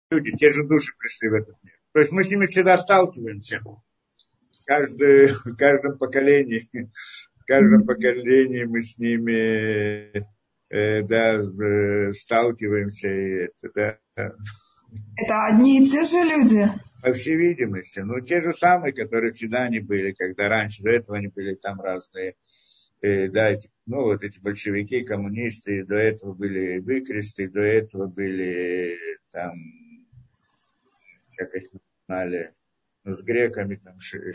люди, те же души пришли в этот мир. То есть мы с ними всегда сталкиваемся. В каждом поколении мы с ними сталкиваемся. И это, да. Это одни и те же люди? По всей видимости. Ну, те же самые, которые всегда они были, когда раньше, до этого они были там разные. Да, эти большевики, коммунисты, до этого были выкресты, до этого были там, как их назвали, с греками, там,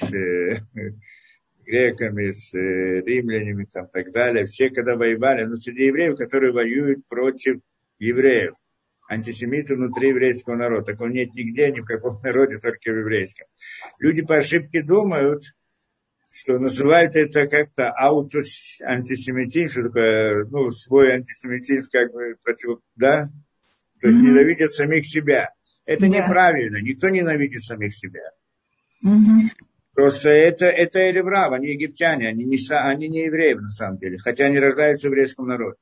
с греками, с римлянами, там, так далее. Все, когда воевали, но среди евреев, которые воюют против евреев, антисемиты внутри еврейского народа. Такого нет нигде, ни в каком народе, только в еврейском. Люди по ошибке думают, что называют это как-то антисемитизм, что такое, свой антисемитизм, как бы, да? То есть ненавидят самих себя. Это неправильно, никто ненавидит самих себя. Просто это элеврав, они египтяне, они не евреи на самом деле, хотя они рождаются в еврейском народе.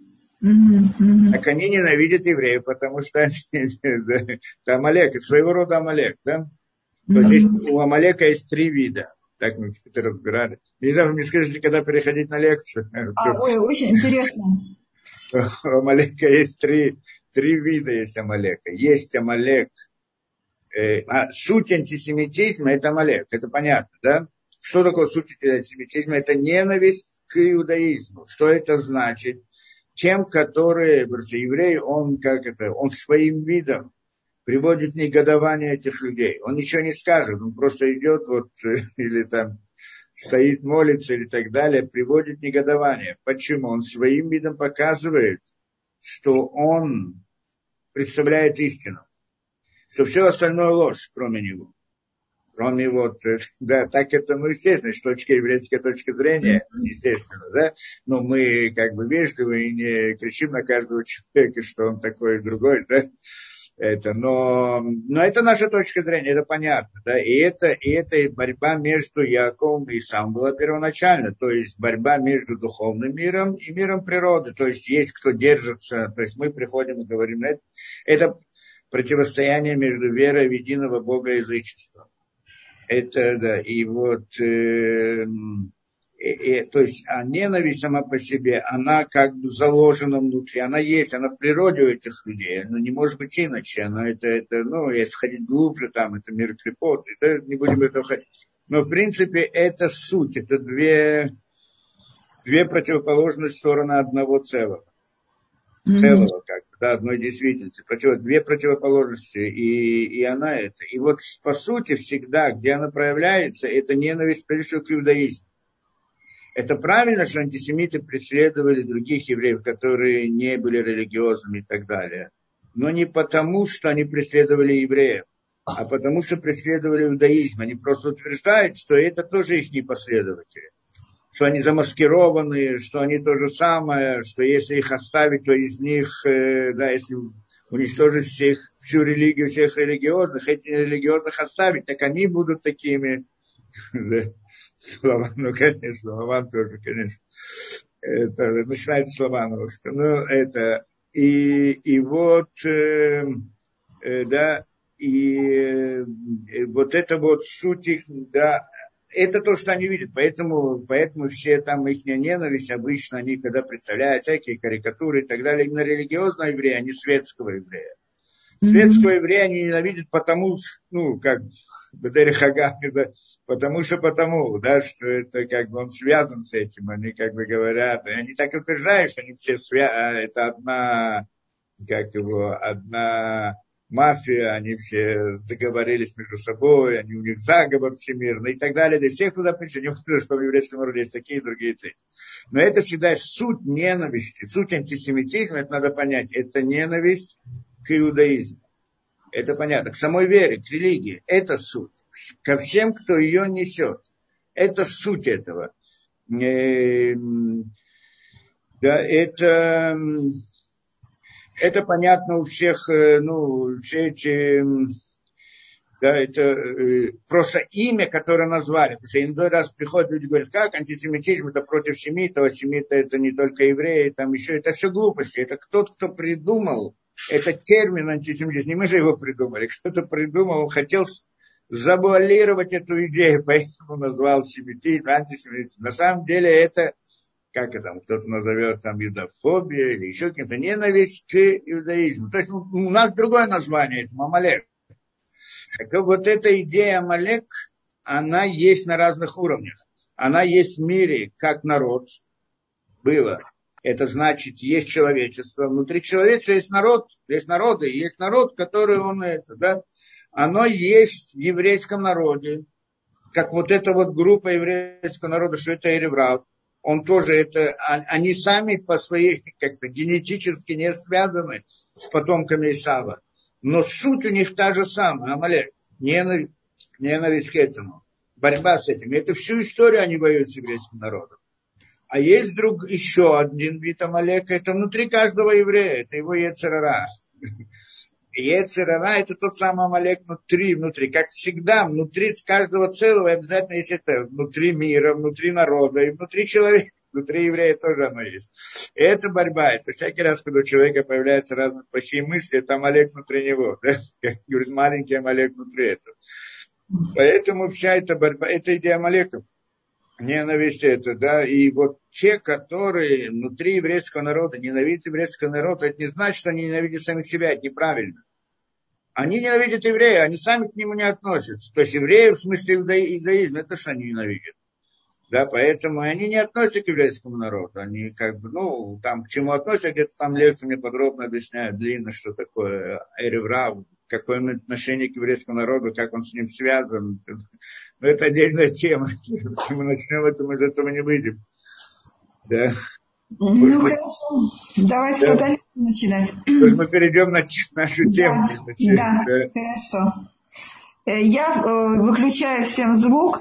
Так они ненавидят евреев, потому что это Амалек, это своего рода Амалек, да? То есть у Амалека есть 3 вида. Так мы это разбирали. Не знаю, вы мне скажите, когда переходить на лекцию. Очень интересно. У Амалека есть 3 вида есть Амалека. Есть Амалек. Суть антисемитизма – это Амалек, это понятно, да? Что такое суть антисемитизма? Это ненависть к иудаизму. Что это значит? Тем, которые, просто еврей, он своим видом приводит негодование этих людей. Он ничего не скажет, он просто идет или там стоит, молится или так далее, приводит негодование. Почему? Он своим видом показывает, что он представляет истину. Что все остальное ложь, кроме него. Кроме да, так это, естественно, с еврейской точки зрения, естественно, да, но мы как бы вежливы и не кричим на каждого человека, что он такой и другой, да, но это наша точка зрения, это понятно, да, и это борьба между Яаковом и Исавом была первоначально, то есть борьба между духовным миром и миром природы, то есть кто держится, то есть мы приходим и говорим, это противостояние между верой в единого Бога и язычеством. Это, да, то есть ненависть сама по себе, она как бы заложена внутри, она есть, она в природе у этих людей, но не может быть иначе, она если ходить глубже, там, это мир клепот, не будем в это ходить. Но, в принципе, это суть, это две противоположные стороны одного целого. Целого, одной действительности. 2 противоположности, и она это. И по сути, всегда, где она проявляется, это ненависть, прежде всего, к иудаизму. Это правильно, что антисемиты преследовали других евреев, которые не были религиозными и так далее. Но не потому, что они преследовали евреев, а потому, что преследовали иудаизм. Они просто утверждают, что это тоже их непоследователи. Что они замаскированные, что они то же самое, что если их оставить, то из них, если уничтожить всю религию, всех религиозных, этих религиозных оставить, так они будут такими. Слова, конечно, Лаван тоже, конечно. Это начинается с Лавана. Это суть их, да, это то, что они видят. Поэтому все там их ненависть, обычно они, когда представляют всякие карикатуры и так далее, именно религиозного еврея, а не светского еврея. Светского еврея они ненавидят потому, потому, да, что это как бы он связан с этим, они как бы говорят, и они так утверждают, что они все это одна мафия, они все договорились между собой, у них заговор всемирный и так далее, и всех туда пришли, не важно, что в еврейском народе есть такие и другие третьи. Но это всегда суть ненависти, суть антисемитизма, это надо понять, это ненависть к иудаизму. Это понятно. К самой вере, к религии. Это суть. Ко всем, кто ее несет. Это суть этого. Это понятно у всех, все эти... Да, это просто имя, которое назвали. Потому что иной раз приходят люди и говорят, как антисемитизм это против семитов, а семиты это не только евреи, там еще это все глупости. Это кто-то, кто придумал Это термин антисемитизм, не мы же его придумали, кто-то придумал, он хотел завуалировать эту идею, поэтому назвал семитизм, антисемитизм. На самом деле это, как это, кто-то назовет там юдофобия или еще каким-то, ненависть к иудаизму. То есть у нас другое название, это Амалек. Так вот эта идея Амалек, она есть на разных уровнях. Она есть в мире как народ, было. Это значит, есть человечество. Внутри человечества есть народ, есть народы, есть народ, который он это, да. Оно есть в еврейском народе, как вот эта вот группа еврейского народа, что это Эреврав. Он тоже это, они сами по своей, как-то генетически не связаны с потомками Исава. Но суть у них та же самая, Амалек, ненависть к этому, борьба с этим. Это всю историю они воюют с еврейским народом. А есть еще один вид Амалека, это внутри каждого еврея, это его Йецер ара. Йецер ара это тот самый Амалек внутри. Как всегда, внутри каждого целого обязательно есть это, внутри мира, внутри народа и внутри человека. Внутри еврея тоже оно есть. И это борьба. Это всякий раз, когда у человека появляются разные плохие мысли, это Амалек внутри него. Да? Как говорит, маленький Амалек внутри этого. Поэтому вся эта борьба, это идея Амалека. Ненависть это, да, и вот те, которые внутри еврейского народа ненавидят еврейского народа, это не значит, что они ненавидят самих себя, это неправильно. Они ненавидят еврея, они сами к нему не относятся. То есть евреи в смысле иудаизма, это что они ненавидят. Да, поэтому они не относятся к еврейскому народу. Они как бы, ну, там к чему относятся, где-то там лекции мне подробно объясняют, длинно, что такое Эреврав, какое отношение к еврейскому народу, как он с ним связан. Но это отдельная тема. Если мы начнем это, мы из этого не выйдем. Да. Ну, хорошо. Давайте да. тогда начинать. Может, мы перейдем на нашу тему. Да, хорошо. Я выключаю всем звук.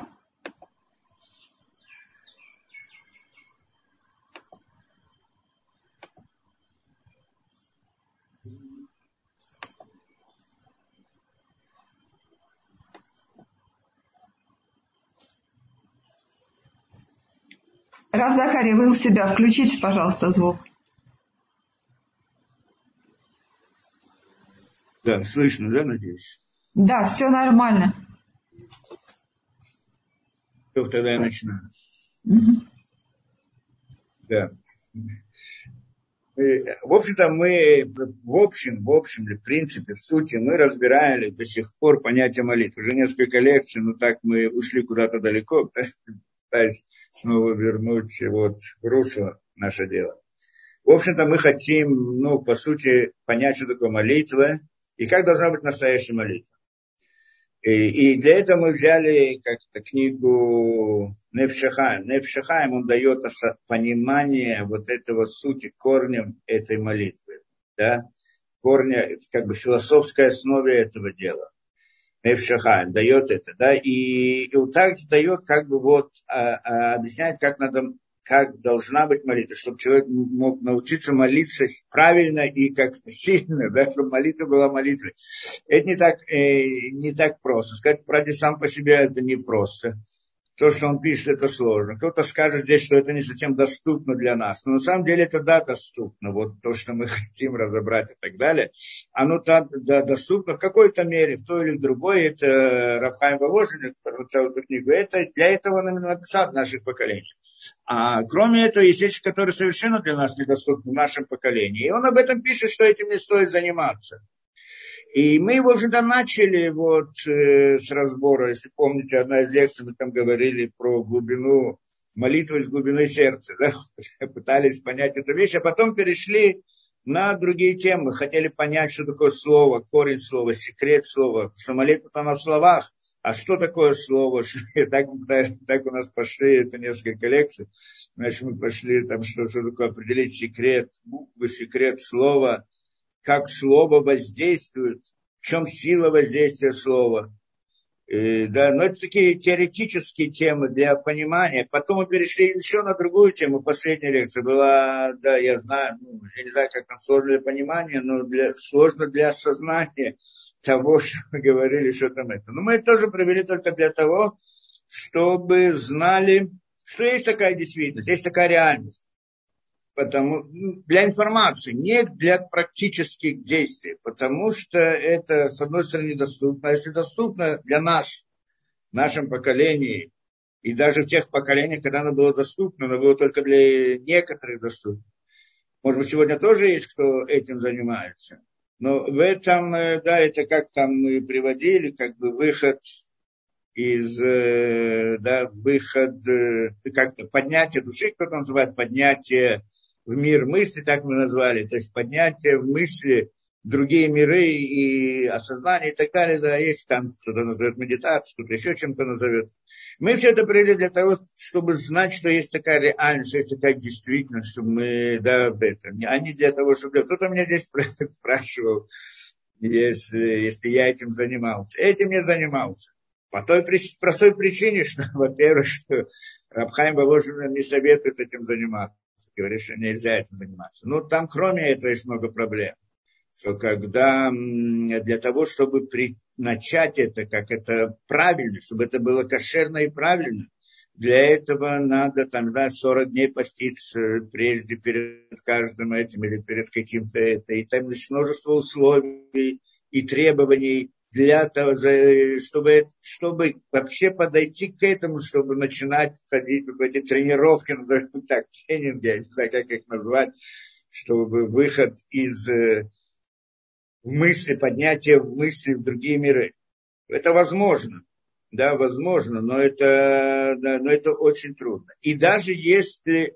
Рав Захария, вы у себя включите, пожалуйста, звук. Да, слышно, да, надеюсь? Да, все нормально. Тогда я начинаю. Да. В общем-то, мы в принципе, в сути, мы разбирали до сих пор понятие молитвы. Уже несколько лекций, но так мы ушли куда-то далеко, пытаясь снова вернуть вот русло наше дело. В общем-то, мы хотим, ну, по сути, понять, что такое молитва и как должна быть настоящая молитва. И для этого мы взяли как-то книгу Нефеш-Хаим. Нефеш-Хаим, он дает понимание вот этого сути, корнем этой молитвы. Да? Корня, как бы философской основе этого дела. Нефеш-Хаим дает это. Да? И он также дает, как бы вот, объясняет, как должна быть молитва, чтобы человек мог научиться молиться правильно и как-то сильно, да, чтобы молитва была молитвой. Это не так просто. Сказать правде сам по себе это не просто. То, что он пишет, это сложно. Кто-то скажет здесь, что это не совсем доступно для нас. Но на самом деле это да, доступно. Вот то, что мы хотим разобрать и так далее. Оно доступно в какой-то мере, в той или в другой. Это Рав Хаим Воложин, который написал эту книгу. Это для этого он написал в наших поколениях. А кроме этого, есть вещи, которые совершенно для нас недоступны в нашем поколении. И он об этом пишет, что этим не стоит заниматься. И мы, в общем-то, начали вот с разбора. Если помните, одна из лекций, мы там говорили про глубину молитвы с глубиной сердца. Да? Пытались понять эту вещь, а потом перешли на другие темы. Мы хотели понять, что такое слово, корень слова, секрет слова. Что молитва-то она в словах. А что такое слово? Так у нас пошли, это несколько лекций. Значит, мы пошли, там, что такое определить секрет, буквы, секрет слова, как слово воздействует, в чем сила воздействия слова. Да, но это такие теоретические темы для понимания. Потом мы перешли еще на другую тему. Последняя лекция была, да, я знаю, я не знаю, как там сложно для понимания, но сложно для осознания того, что мы говорили, что там это. Но мы это тоже провели только для того, чтобы знали, что есть такая действительность, есть такая реальность. для информации, не для практических действий, потому что это, с одной стороны, недоступно. А если доступно для нас, в нашем поколении, и даже в тех поколениях, когда оно было доступно, оно было только для некоторых доступно. Может быть, сегодня тоже есть, кто этим занимается. Но в этом, да, это как там мы приводили, как бы выход из, да, как-то поднятие души, кто-то называет поднятие в мир мысли, так мы назвали, то есть поднятие в мысли в другие миры и осознание и так далее, да, есть там, кто-то назовет медитацию, кто-то еще чем-то назовет. Мы все это привели для того, чтобы знать, что есть такая реальность, что есть такая действительность, чтобы мы, да, в этом, а не для того, чтобы... Кто-то меня здесь спрашивал, если я этим занимался. Этим я занимался. По той простой причине, что, во-первых, что Рав Хаим Воложин не советует этим заниматься. Говорит, что нельзя этим заниматься. Но там, кроме этого, есть много проблем. Что когда для того, чтобы начать это, как это правильно, чтобы это было кошерно и правильно, для этого надо, там, знаешь, 40 дней поститься прежде перед каждым этим или перед каким-то это. И там есть множество условий и требований для того, чтобы вообще подойти к этому, чтобы начинать ходить в эти тренировки, так, тренинги, я не знаю, как их назвать, чтобы выход из мысли, поднятие в мысли в другие миры. Это возможно. Да, возможно, но это очень трудно. И даже если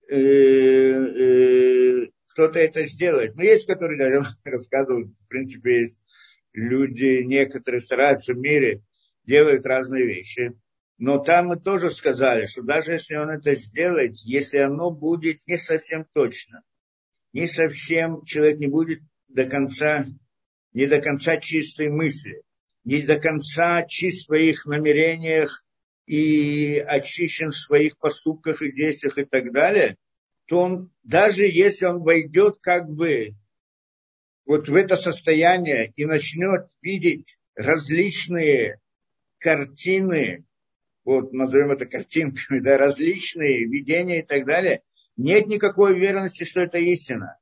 кто-то это сделает, есть, которые даже рассказывают, в принципе, есть люди, некоторые стараются в мире, делают разные вещи. Но там мы тоже сказали, что даже если он это сделает, если оно будет не совсем точно, не совсем, человек не будет не до конца чистой мысли, не до конца чист в своих намерениях и очищен в своих поступках и действиях и так далее, то он, даже если он войдет как бы вот в это состояние и начнет видеть различные картины, вот назовем это картинками, да, различные видения и так далее, нет никакой уверенности, что это истина.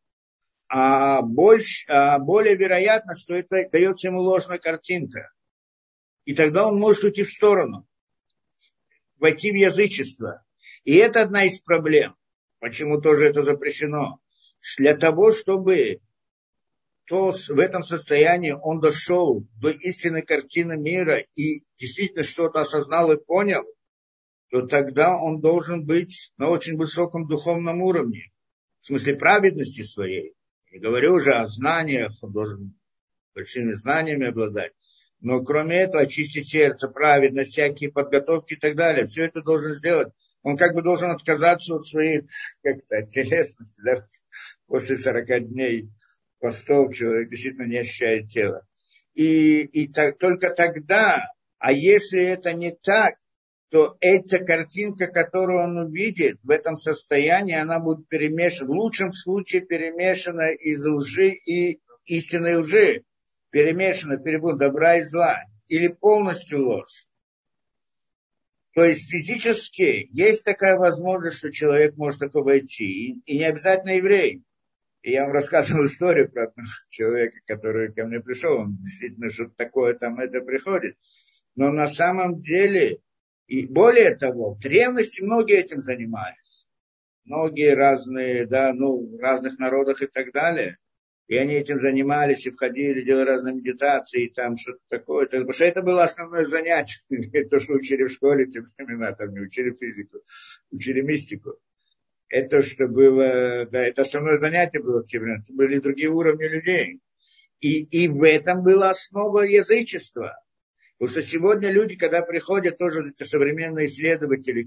Более вероятно, что это дается ему ложная картинка. И тогда он может уйти в сторону, войти в язычество. И это одна из проблем, почему тоже это запрещено. Для того, чтобы в этом состоянии он дошел до истинной картины мира и действительно что-то осознал и понял, то тогда он должен быть на очень высоком духовном уровне, в смысле праведности своей. Не говорю уже о знаниях, он должен большими знаниями обладать. Но кроме этого, очистить сердце, праведность, всякие подготовки и так далее. Все это должен сделать. Он как бы должен отказаться от своей как-то телесности. Да? После 40 дней постов человек действительно не ощущает тела. Только тогда, а если это не так, то эта картинка, которую он увидит в этом состоянии, она будет перемешана, в лучшем случае перемешана из лжи и истинной лжи, перемешана, перебор добра и зла, или полностью ложь. То есть физически есть такая возможность, что человек может такое войти, и не обязательно еврей. И я вам рассказывал историю про одного человека, который ко мне пришел, он действительно что-то такое там это приходит. Но на самом деле... И более того, в древности многие этим занимались. Многие разные, да, в разных народах и так далее. И они этим занимались и входили, делали разные медитации, и там что-то такое. Потому что это было основное занятие. То, что учили в школе, в те времена, там не учили физику, учили мистику. Это что было, да, это основное занятие было в те времена. Это были другие уровни людей. И в этом была основа язычества. Потому что сегодня люди, когда приходят, тоже это современные исследователи,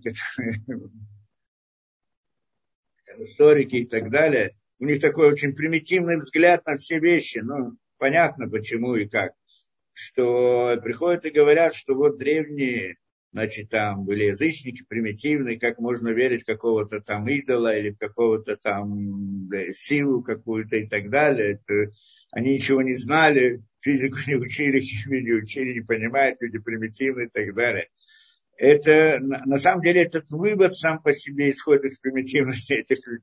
историки и так далее, у них такой очень примитивный взгляд на все вещи. Ну, понятно, почему и как. Что приходят и говорят, что вот древние, значит, там были язычники примитивные, как можно верить в какого-то там идола или в какого-то там силу какую-то и так далее. Это, они ничего не знали, физику не учили, химию не учили, не понимают, люди примитивные и так далее. Это, на самом деле, этот вывод сам по себе исходит из примитивности этих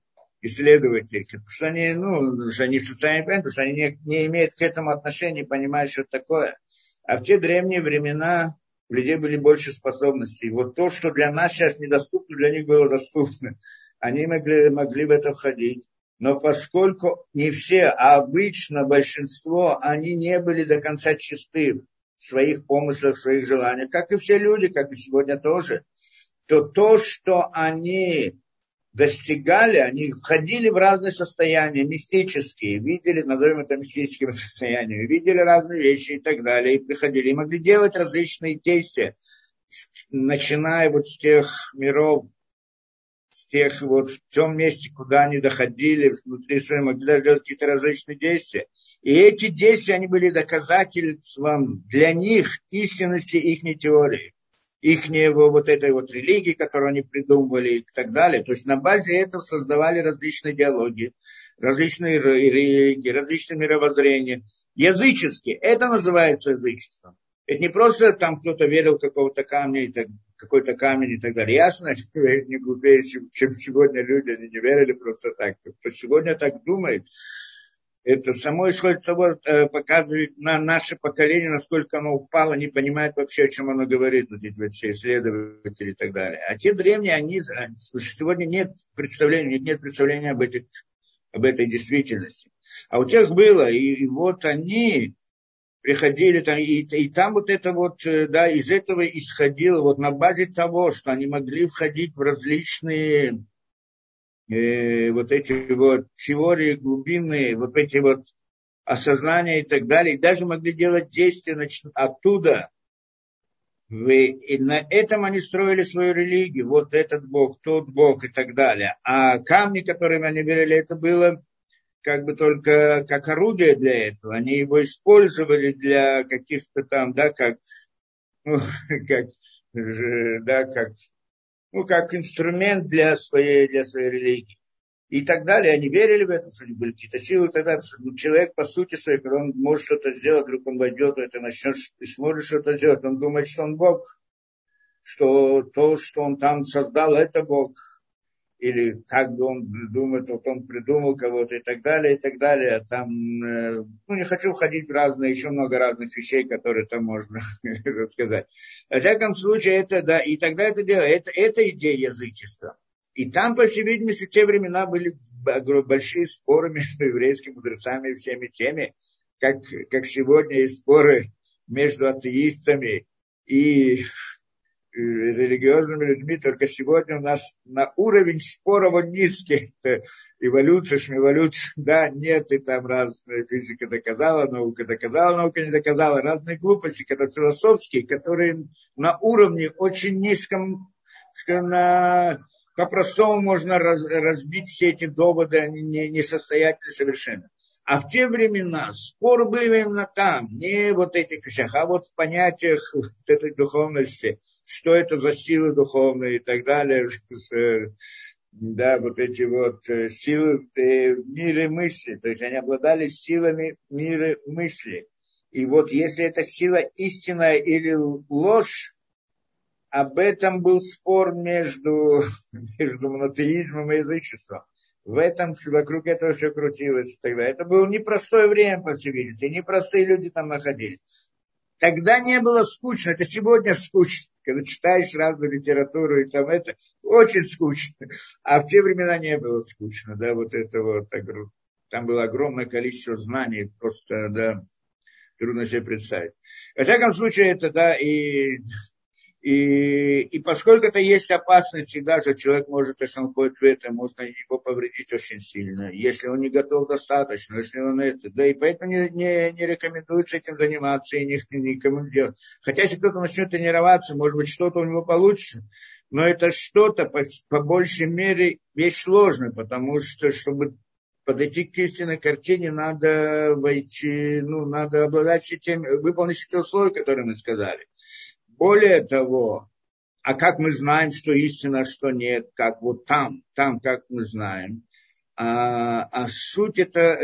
исследователей, потому что они, что они социальные понятия, потому что они не имеют к этому отношения, понимают, что это такое. А в те древние времена у людей были больше способностей. Вот то, что для нас сейчас недоступно, для них было доступно. Они могли в это входить. Но поскольку не все, а обычно большинство, они не были до конца чисты в своих помыслах, в своих желаниях, как и все люди, как и сегодня тоже, то, что они достигали, они входили в разные состояния, мистические, видели, назовем это мистическим состоянием, видели разные вещи и так далее, и приходили, и могли делать различные действия, начиная вот с тех миров, с тех вот в том месте, куда они доходили, внутри своего, могли даже делать какие-то различные действия. И эти действия, они были доказательством для них истинности их теории, их вот этой вот религии, которую они придумывали и так далее. То есть на базе этого создавали различные идеологии, различные религии, различные мировоззрения. Языческие, это называется язычеством. Это не просто там кто-то верил в какого-то камня и так, какой-то камень и так далее. Ясно, что не глупее, чем сегодня люди, они не верили просто так. Кто сегодня так думает, это само исходит того, показывает на наше поколение, насколько оно упало, не понимает вообще, о чем оно говорит, вот эти вот все исследователи и так далее. А те древние, сегодня нет представления об этой действительности. А у тех было, и вот они приходили, и там вот это вот, да, из этого исходило, вот на базе того, что они могли входить в различные вот эти вот теории глубинные, вот эти вот осознания и так далее, и даже могли делать действия оттуда. И на этом они строили свою религию, вот этот Бог, тот Бог и так далее. А камни, которыми они верили, это было как бы только как орудие для этого. Они его использовали для каких-то там, да, как инструмент для своей религии. И так далее. Они верили в это, что они были какие-то силы. Тогда человек, по сути своей, когда он может что-то сделать, вдруг он войдет в это, начнет и сможет что-то сделать, он думает, что он Бог, что то, что он там создал, это Бог. Или как бы он думает, вот он придумал кого-то и так далее, и так далее. Там, не хочу входить в разные, еще много разных вещей, которые там можно рассказать. Во всяком случае, это, да, и тогда это дело, это идея язычества. И там, по всей видимости, в те времена были большие споры между еврейскими мудрецами и всеми теми, как сегодня есть споры между атеистами и религиозными людьми, только сегодня у нас на уровень споров он низкий. Это эволюция, шмэволюция, да, нет, и там разная физика доказала, наука не доказала, разные глупости, которые философские, которые на уровне очень низком, скажем, по-простому можно разбить все эти доводы, они несостоятельны совершенно. А в те времена спор был именно там, не вот этих вещах, а вот в понятиях вот этой духовности, что это за силы духовные и так далее, да, вот эти вот силы мира мысли, то есть они обладали силами мира мысли. И вот если это сила истинная или ложь, об этом был спор между монотеизмом и язычеством. Вокруг этого все крутилось тогда. Это было непростое время, по всей видимости, непростые люди там находились. Тогда не было скучно, это сегодня скучно, когда читаешь разную литературу, и там это очень скучно. А в те времена не было скучно, да, вот это вот, там было огромное количество знаний, просто, да, трудно себе представить. Во всяком случае, это, да, и поскольку это есть опасность всегда, что человек может, если он ходит в это, можно его повредить очень сильно, если он не готов достаточно, если он это, да, и поэтому не рекомендуется этим заниматься и никому не делать. Хотя если кто-то начнет тренироваться, может быть, что-то у него получится, но это что-то, по большей мере, вещь сложная, потому что, чтобы подойти к истинной картине, надо войти, надо обладать теми, выполнить все те условия, которые мы сказали. Более того, а как мы знаем, что истина, а что нет, как вот там, как мы знаем, суть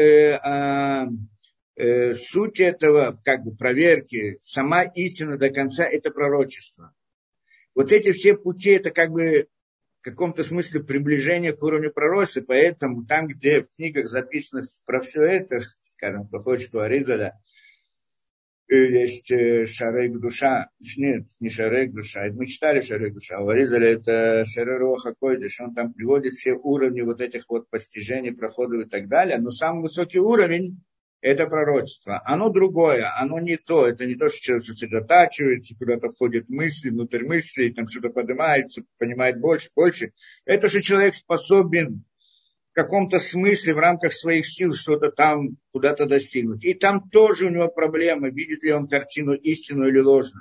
этого, как бы, проверки, сама истина до конца, это пророчество. Вот эти все пути, это как бы в каком-то смысле приближение к уровню пророчества, поэтому там, где в книгах записано про все это, скажем, кто хочет у Аризаля, есть Шарейк душа, нет, не Шарейк душа, это мы читали Шарейк душа, а у Аризаля это Шарей Руаха Койдыш, он там приводит все уровни вот этих вот постижений, проходов и так далее, но самый высокий уровень это пророчество. Оно другое, оно не то. Это не то, что человек сосредотачивается, куда-то входит мысли, внутрь мыслей, там что-то поднимается, понимает больше, больше. Это что человек способен в каком-то смысле в рамках своих сил что-то там куда-то достигнуть. И там тоже у него проблемы, видит ли он картину истинную или ложную.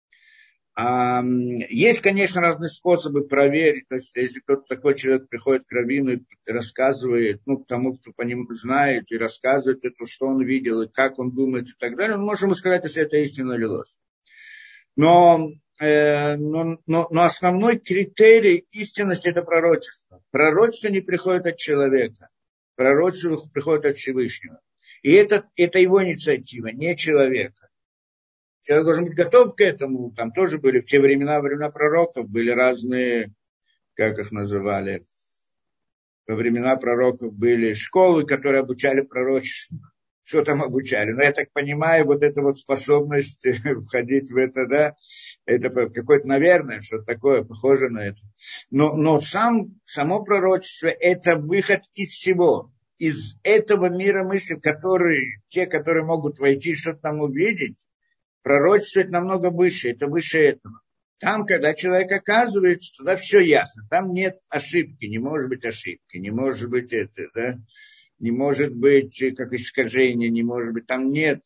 Есть, конечно, разные способы проверить. То есть, если кто-то такой человек приходит к раввину и рассказывает, ну, тому, кто по нему знает, и рассказывает это, что он видел, и как он думает, и так далее, он может ему сказать, если это истина или ложь. Но основной критерий истинности – это пророчество. Пророчество не приходит от человека. Пророчество приходит от Всевышнего. И это его инициатива, не человека. Человек должен быть готов к этому. Там тоже были в те времена пророков, были разные, как их называли, во времена пророков были школы, которые обучали пророчеству. Что там обучали? Но я так понимаю, вот эта вот способность входить в это, да, это какое-то, наверное, что-то такое похоже на это. Но само пророчество – это выход из всего. Из этого мира мысли, те, которые могут войти, что-то там увидеть, пророчество это намного выше, это выше этого. Там, когда человек оказывается, туда все ясно. Там нет ошибки, не может быть ошибки, не может быть это, да, не может быть как искажение, не может быть, там нет,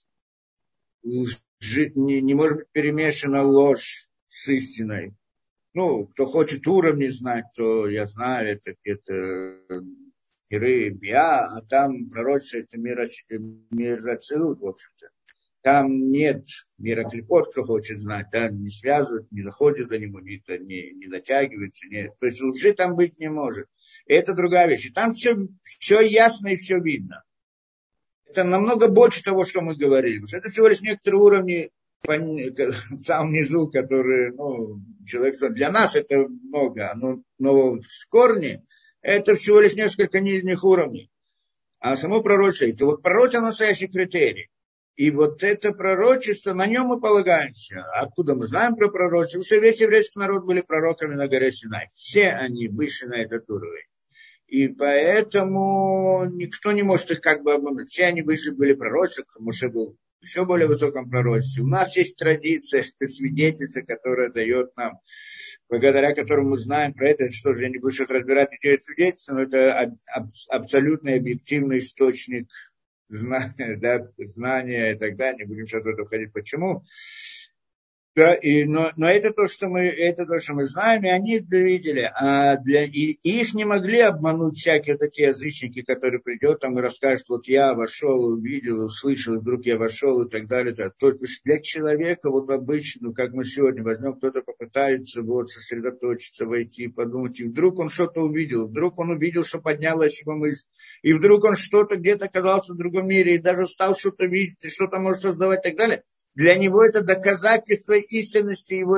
не может быть перемешана ложь с истиной. Ну, кто хочет уровни знать, то я знаю, это миры Биа, а там пророчество это мир Ацилут, в общем-то. Там нет мира клепот, кто хочет знать, да, не связывается, не заходит за него, не затягивается. То есть лжи там быть не может. И это другая вещь. И там все ясно и все видно. Это намного больше того, что мы говорили. Потому что это всего лишь некоторые уровни в самом низу, которые, человек, для нас это много, но в корне это всего лишь несколько нижних уровней. А само пророчество, это вот пророчество настоящий критерий. И вот это пророчество, на нем мы полагаемся. Откуда мы знаем про пророчество? Потому что весь еврейский народ были пророками на горе Синай. Все они вышли на этот уровень. И поэтому никто не может их как бы обмануть. Все они вышли, были пророчества, Моше был в еще более высоком пророчестве. У нас есть традиция, свидетельство, которая дает нам, благодаря которому мы знаем про это, что же я не буду сейчас разбирать идею свидетельства, но это абсолютно объективный источник знания и так далее, не будем сейчас в это входить, почему. Да, но это то, что мы знаем, и они это видели. И их не могли обмануть всякие вот эти язычники, которые придет там и расскажут, вот я вошел, увидел, услышал, и вдруг я вошел и так далее. То есть для человека вот обычно, как мы сегодня возьмем, кто-то попытается вот сосредоточиться, войти, подумать, и вдруг он что-то увидел, что поднялась его мысль, и вдруг он что-то где-то оказался в другом мире, и даже стал что-то видеть, и что-то может создавать и так далее. Для него это доказательство истинности его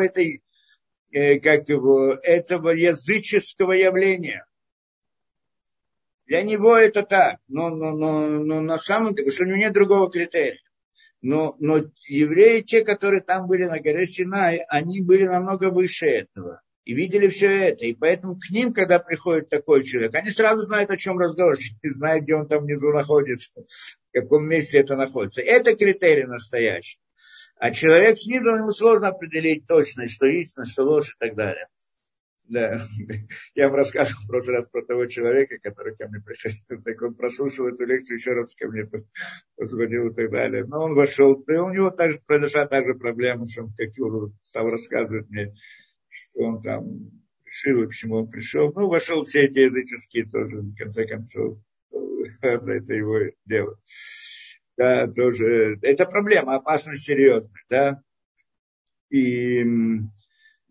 этого языческого явления. Для него это так. Но на самом деле, потому что у него нет другого критерия. Но евреи, те, которые там были на горе Синай, они были намного выше этого. И видели все это. И поэтому к ним, когда приходит такой человек, они сразу знают, о чем разговор. Не знают, где он там внизу находится, в каком месте это находится. Это критерий настоящий. А человек снизу, ему сложно определить точно, что истина, что ложь и так далее. Да. Я вам рассказывал в прошлый раз про того человека, который ко мне приходил. Так он прослушал эту лекцию, еще раз ко мне позвонил и так далее. Но он вошел, и у него также произошла та же проблема, что он, как он стал рассказывать мне, что он там решил, и к чему он пришел. Вошел все эти языческие тоже, в конце концов. Это его дело. Да, тоже. Это проблема, опасность серьезная, да. И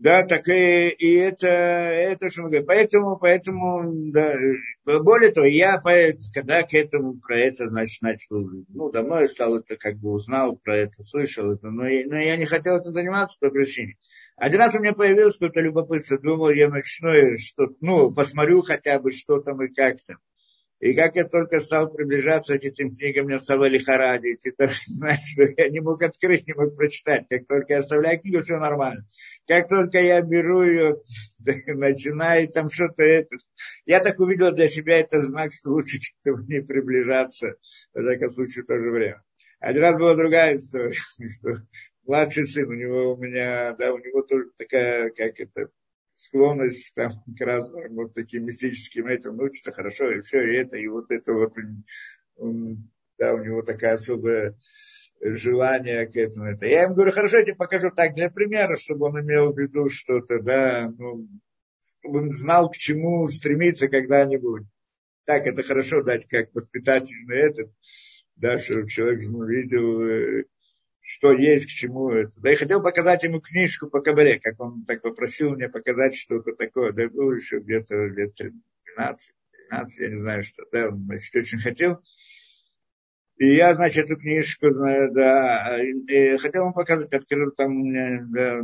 Да, так и это, что мы говорим. Поэтому, да, более того, когда к этому, про это, значит, начал, давно я стал это, как бы узнал про это, слышал это, но я не хотел этим заниматься по причине. Один раз у меня появилось какое-то любопытство, думал, я начну, посмотрю хотя бы, что там и как там. И как я только стал приближаться к этим книгам, мне стало лихорадить. И то, знаешь, что я не мог открыть, не мог прочитать. Как только я оставляю книгу, все нормально. Как только я беру ее, начинаю там что-то это. Я так увидел для себя это знак, что лучше к этому не приближаться. В всяком случае, в то же время. Один раз была другая история, что младший сын, у него тоже такая, как это, склонность там, к разным вот таким мистическим этим учится хорошо, и все, и вот это вот, да, у него такое особое желание к этому. Это. Я ему говорю, хорошо, я тебе покажу так для примера, чтобы он имел в виду что-то, да, чтобы он знал, к чему стремиться когда-нибудь. Так, это хорошо дать как воспитательный этот, да, чтобы человек видел, что есть, к чему это. Да и хотел показать ему книжку по Кабале, как он так попросил мне показать что-то такое. Да было еще где-то лет 12, я не знаю, что. Да, он, значит, очень хотел. И я, значит, эту книжку, да, и хотел ему показать, открыл там у меня, да,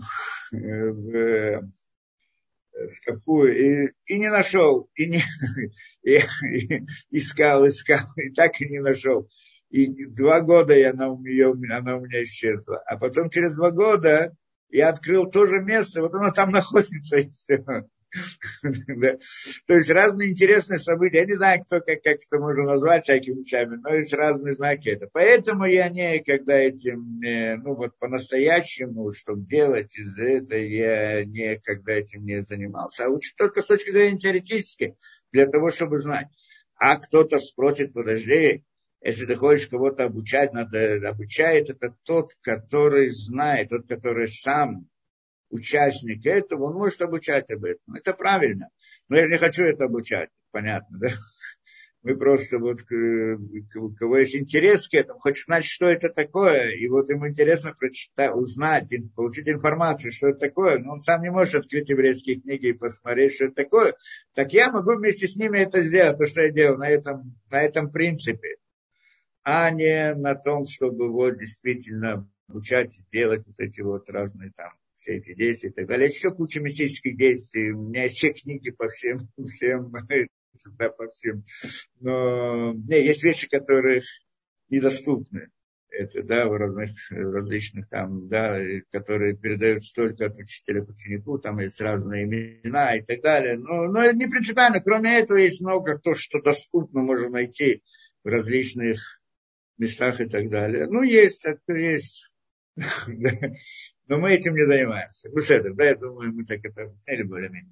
в шкафу, и не нашел, и искал, и так и не нашел. И 2 года она у меня исчезла. А потом через 2 года я открыл то же место, вот оно там находится, и все. Да. То есть разные интересные события. Я не знаю, как это можно назвать всякими вещами, но есть разные знаки. Это. Поэтому я никогда этим, по-настоящему, чтобы делать из-за этого, я никогда этим не занимался. А учу только с точки зрения теоретической, для того, чтобы знать. А кто-то спросит, подожди, если ты хочешь кого-то обучать, обучает это тот, который знает, тот, который сам участник этого, он может обучать об этом. Это правильно. Но я же не хочу это обучать. Понятно, да? Мы просто у кого есть интерес к этому, хочет знать, что это такое, и вот ему интересно прочитать, узнать, получить информацию, что это такое, но он сам не может открыть еврейские книги и посмотреть, что это такое. Так я могу вместе с ними это сделать, то, что я делал на этом принципе, а не на том, чтобы вот действительно обучать и делать вот эти вот разные там все эти действия и так далее. Есть еще куча мистических действий. У меня есть все книги по всем, да, по всем. Но есть вещи, которые недоступны. Это, да, различных там, да, которые передаются только от учителя к ученику, там есть разные имена и так далее. Но это не принципиально. Кроме этого, есть много то, что доступно, можно найти в различных местах и так далее. Есть, так есть. Но мы этим не занимаемся. Да, я думаю, мы так это объяснили более-менее.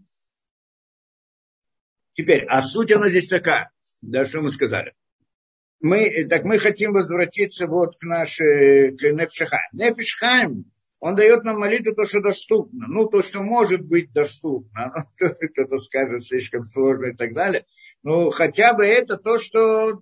Теперь, а суть она здесь такая, да, что мы сказали. Мы хотим возвратиться вот к Нефшахайм. Нефшахайм, он дает нам молитву то, что доступно. То, что может быть доступно. Кто-то скажет слишком сложно и так далее. Но хотя бы это то, что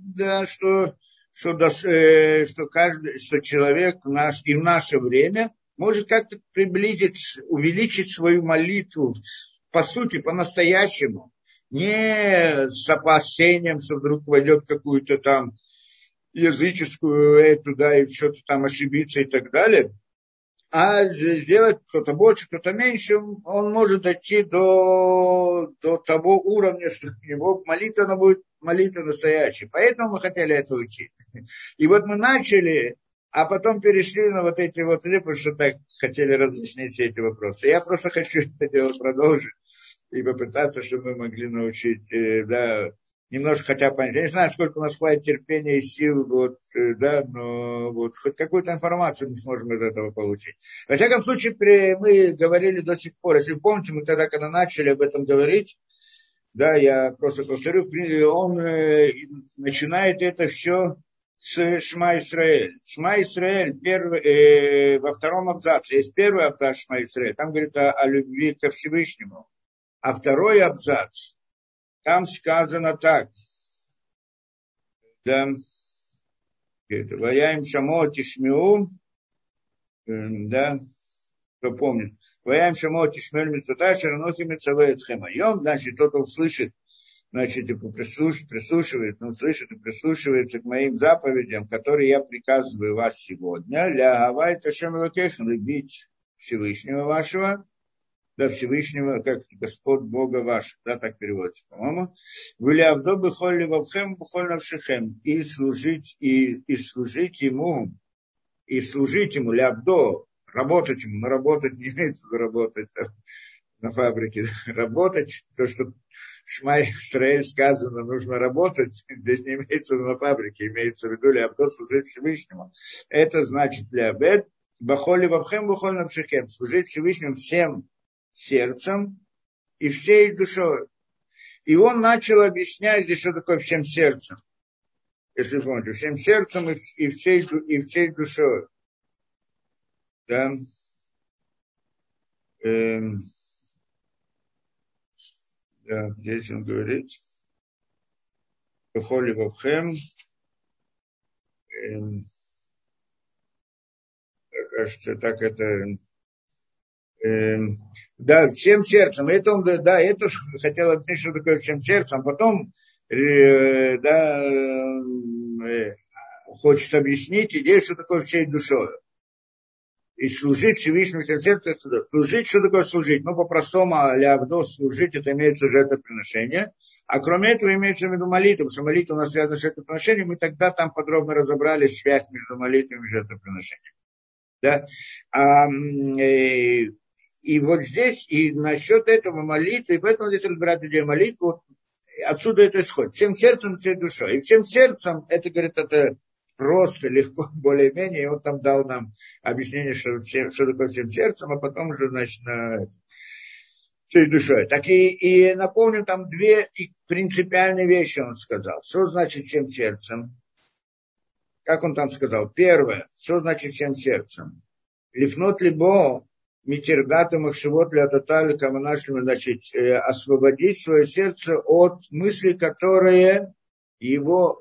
человек и в наше время может как-то увеличить свою молитву, по сути, по-настоящему. Не с опасением, что вдруг войдет какую-то там языческую да, и что-то там ошибиться и так далее. А сделать кто-то больше, кто-то меньше, он может дойти до того уровня, что его молитва, она будет молитва настоящая. Поэтому мы хотели это учить. И вот мы начали, а потом перешли на вот эти вот, потому что так хотели разъяснить все эти вопросы. Я просто хочу это дело продолжить и попытаться, чтобы мы могли научить, да, немножко хотя бы понять. Я не знаю, сколько у нас хватит терпения и сил, да, но вот хоть какую-то информацию мы сможем из этого получить. Во всяком случае, мы говорили до сих пор, если вы помните, мы тогда, когда начали об этом говорить, да, я просто повторю, он начинает это все с Шма Исраэль. Шма Исраэль во втором абзаце, есть первый абзац Шма Исраэль, там говорит о любви ко Всевышнему. А второй абзац, там сказано так, да, Ваяим Шамо Тишмиу, да, кто помнит. Ваям шамот ишмель митцвотай шаранохи митцавей эцхем айом. Значит, кто-то услышит, значит, и прислушивается, он слышит и прислушивается к моим заповедям, которые я приказываю вас сегодня. Ля гавай ташем элокейхем, любить Всевышнего вашего, да, Всевышнего, как Господь Бога ваш, да, так переводится, по-моему. Вы ли авдо бихоль ливавхем, бихоль навшихем, и служить ему, лябдо, работать ему, но работать не имеется в виду работать на фабрике, работать, то, что Шма Исраэль сказано, нужно работать, здесь не имеется в виду на фабрике, имеется в виду лябдо, служить Всевышнему. Это значит лябед, бахоли вавхем, бахоль навшихем, служить Всевышнему всем сердцем и всей душой. И он начал объяснять здесь, что такое всем сердцем. Если помните, всем сердцем и всей душой. Да. Да, здесь он говорит. Бахоли вавхем. Кажется, так это... да, всем сердцем. Это он, да, это хотел объяснить, что такое всем сердцем. А потом, хочет объяснить идею, что такое всей душой. И служить Всевышнему всем сердцем. Служить, что такое служить? Ну, по-простому, лявдо, служить, это имеется жертвоприношение. А кроме этого имеется в виду молитва, потому что молитва у нас связана с жертвоприношением. Мы тогда там подробно разобрали связь между молитвой и жертвоприношением. Да? И вот здесь, и насчет этого молитвы, и поэтому здесь разбирают идею молитвы, вот отсюда это исходит. Всем сердцем, всей душой. И всем сердцем, это, говорит, это просто, легко, более-менее, и он там дал нам объяснение, что такое всем сердцем, а потом уже, значит, всей душой. Так и напомню, там две принципиальные вещи он сказал. Что значит всем сердцем? Как он там сказал? Первое, что значит всем сердцем? Лифнот либо митиргата махшевот лятатали каманашлими, значит, освободить свое сердце от мыслей, которые его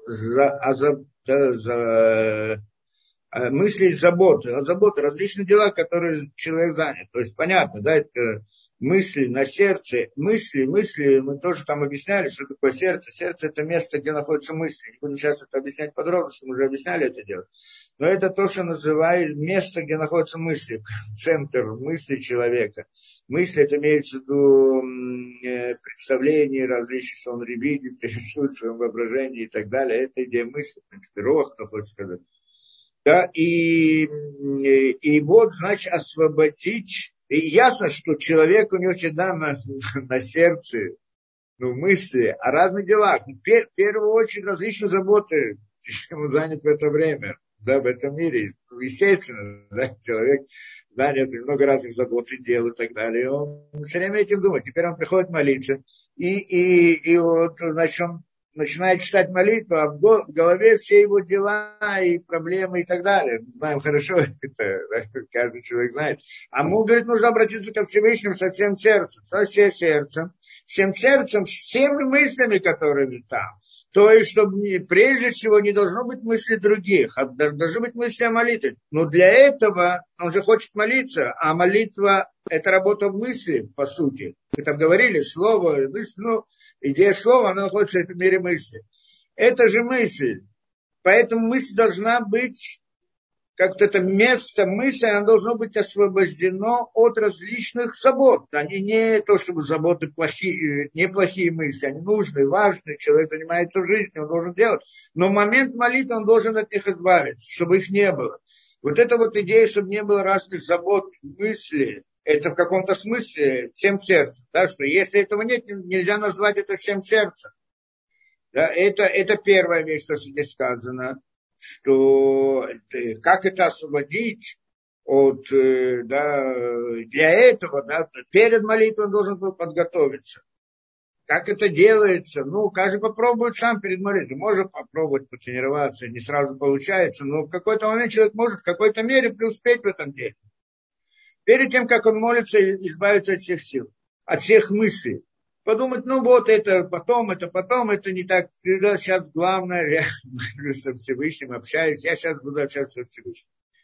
мысли заботы, различные дела, которые человек занят. То есть понятно, да, это мысли на сердце, мысли, мы тоже там объясняли, что такое сердце. Сердце – это место, где находятся мысли. Не будем сейчас это объяснять подробно, что мы уже объясняли это дело. Но это то, что называют место, где находятся мысли, центр мысли человека. Мысли – это имеется в виду представления различные, что он видит, рисует в своем воображении и так далее. Это идея мысли, в принципе, рох, кто хочет сказать. Да, и вот, значит, освободить. И ясно, что человек, у него всегда на сердце, мысли о разных делах. В первую очередь различные заботы, чем он занят в это время, да, в этом мире. Естественно, да, человек занят, много разных забот и дел и так далее. И он все время этим думает. Теперь он приходит молиться. И вот, значит, он начинает читать молитву, а в голове все его дела и проблемы и так далее. Мы знаем хорошо это, да, каждый человек знает. А ему, говорит, нужно обратиться ко Всевышнему со всем сердцем. Со всем сердцем, всеми мыслями, которые там. То есть, чтобы прежде всего не должно быть мысли других, а должны быть мысли о молитве. Но для этого он же хочет молиться, а молитва – это работа в мысли, по сути. Мы там говорили, слово, мысль, идея слова, она находится в этом мире мысли. Это же мысль. Поэтому мысль должна быть, как-то это место мысли, оно должно быть освобождено от различных забот. Они не то, чтобы заботы плохие, неплохие мысли, они нужные, важные, человек занимается в жизни, он должен делать. Но в момент молитвы он должен от них избавиться, чтобы их не было. Вот эта вот идея, чтобы не было разных забот, мыслей, это в каком-то смысле всем сердцем. Да, что если этого нет, нельзя назвать это всем сердцем. Да, это первая вещь, что здесь сказано, что как это освободить от, да, для этого, да, перед молитвой он должен был подготовиться. Как это делается? Каждый попробует сам перед молитвой. Может попробовать потренироваться, не сразу получается, но в какой-то момент человек может в какой-то мере преуспеть в этом деле. Перед тем, как он молится, избавиться от всех сил, от всех мыслей. Подумать, это потом, это не так. Сейчас главное, я со Всевышним общаюсь, я сейчас буду общаться со Всевышним.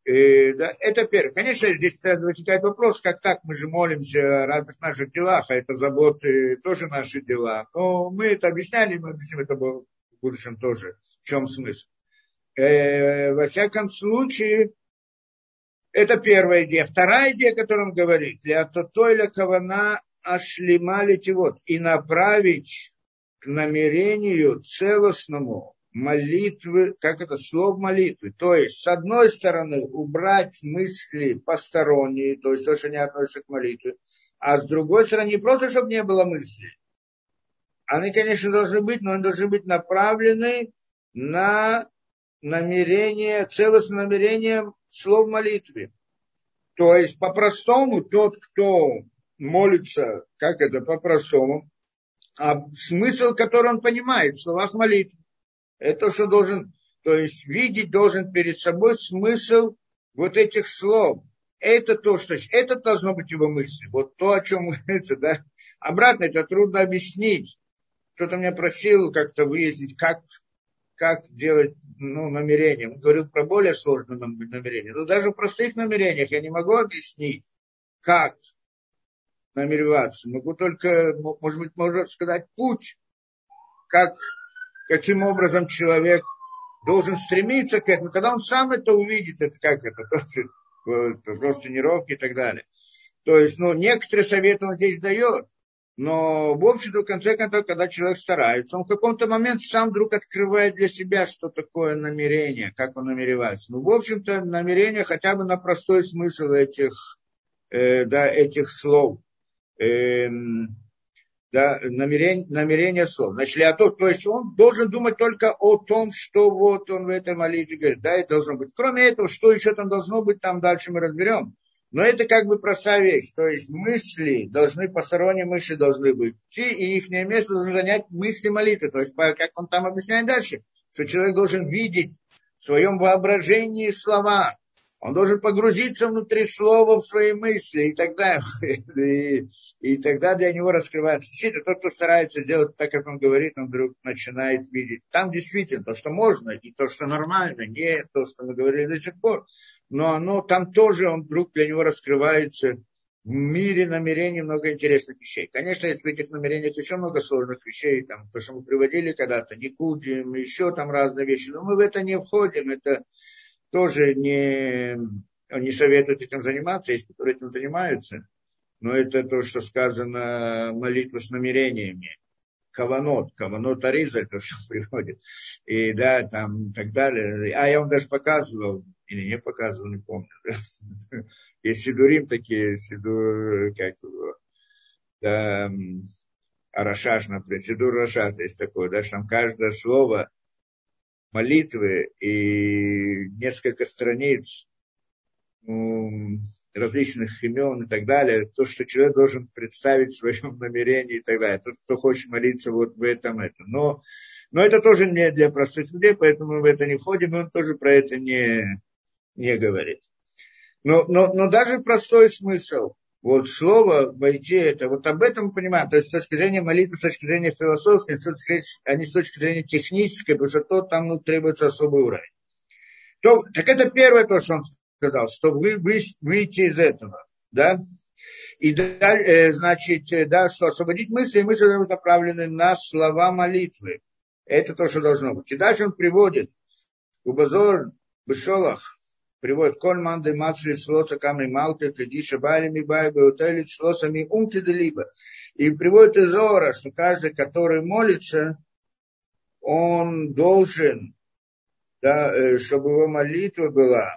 Да, это первое. Конечно, здесь сразу возникает вопрос, как так, мы же молимся о разных наших делах, а это заботы тоже наши дела. Но мы это объясняли, мы объясним это в будущем тоже, в чем смысл. Во всяком случае, это первая идея. Вторая идея, о которой он говорит, «Леатотойля кавана ашлима летивот», и направить к намерению целостному молитвы, как это слово молитвы. То есть, с одной стороны, убрать мысли посторонние, то есть то, что не относится к молитве, а с другой стороны, не просто, чтобы не было мыслей. Они, конечно, должны быть, но они должны быть направлены на намерение, целостное намерение слов молитвы. То есть, по-простому, тот, кто молится, как это по-простому, а смысл, который он понимает в словах молитвы. Это то, что должен, то есть видеть должен перед собой смысл вот этих слов. Это то, что это должно быть его мысли. Вот то, о чем говорится, да. Обратно это трудно объяснить. Кто-то меня просил как-то выяснить, как делать намерение. Он говорил про более сложные намерения. Но даже в простых намерениях я не могу объяснить, как намереваться. Могу только, может быть, можно сказать, путь, каким образом человек должен стремиться к этому. Когда он сам это увидит, это как это, просто тренировки и так далее. То есть, некоторые советы он здесь дает, но, в общем-то, в конце концов, когда человек старается, он в каком-то момент сам вдруг открывает для себя, что такое намерение, как он намеревается. В общем-то, намерение хотя бы на простой смысл этих слов. Намерение слов. Значит, то есть он должен думать только о том, что вот он в этой молитве говорит. Да, это должно быть. Кроме этого, что еще там должно быть, там дальше мы разберем. Но это как бы простая вещь. То есть посторонние мысли должны быть. И их место должны занять мысли молитвы. То есть, как он там объясняет дальше, что человек должен видеть в своем воображении слова. Он должен погрузиться внутри слова в свои мысли, и тогда для него раскрывается. Действительно, тот, кто старается сделать так, как он говорит, он вдруг начинает видеть. Там действительно то, что можно, и то, что нормально, не то, что мы говорили до сих пор. Но там тоже он вдруг для него раскрывается в мире намерений много интересных вещей. Конечно, есть в этих намерениях еще много сложных вещей, там, то, что мы приводили когда-то, Никудим, еще там разные вещи, но мы в это не входим, это тоже не советуют этим заниматься, есть, которые этим занимаются, но это то, что сказано, молитва с намерениями. Каванот Ариза, это все приводит. И да, там и так далее. А я вам даже показывал, или не показывал, не помню. Да? Есть сидурим такие, Арашаш, например, сидур Рашаш есть такое, да, что там каждое слово молитвы и несколько страниц различных имен и так далее, то, что человек должен представить в своем намерении и так далее. Тот, кто хочет молиться вот в этом. Но это тоже не для простых людей, поэтому мы в это не входим, и он тоже про это не говорит. Но даже простой смысл, вот слово войти, это вот об этом мы понимаем, то есть с точки зрения молитвы, с точки зрения философской, а не с точки зрения технической, потому что то там требуется особый уровень. Так это первое то, что он сказал, что выйти из этого, да, и значит, да, что освободить мысли, и мысли должны быть направлены на слова молитвы. Это то, что должно быть. И дальше он приводит Убазор Бешолах, приводит Кольман де Мацли Слоса Камри Малты, Кадиша Балими Байбы, Утели Слосами Умти де Либо. И приводит из Зора, что каждый, который молится, он должен, да, чтобы его молитва была,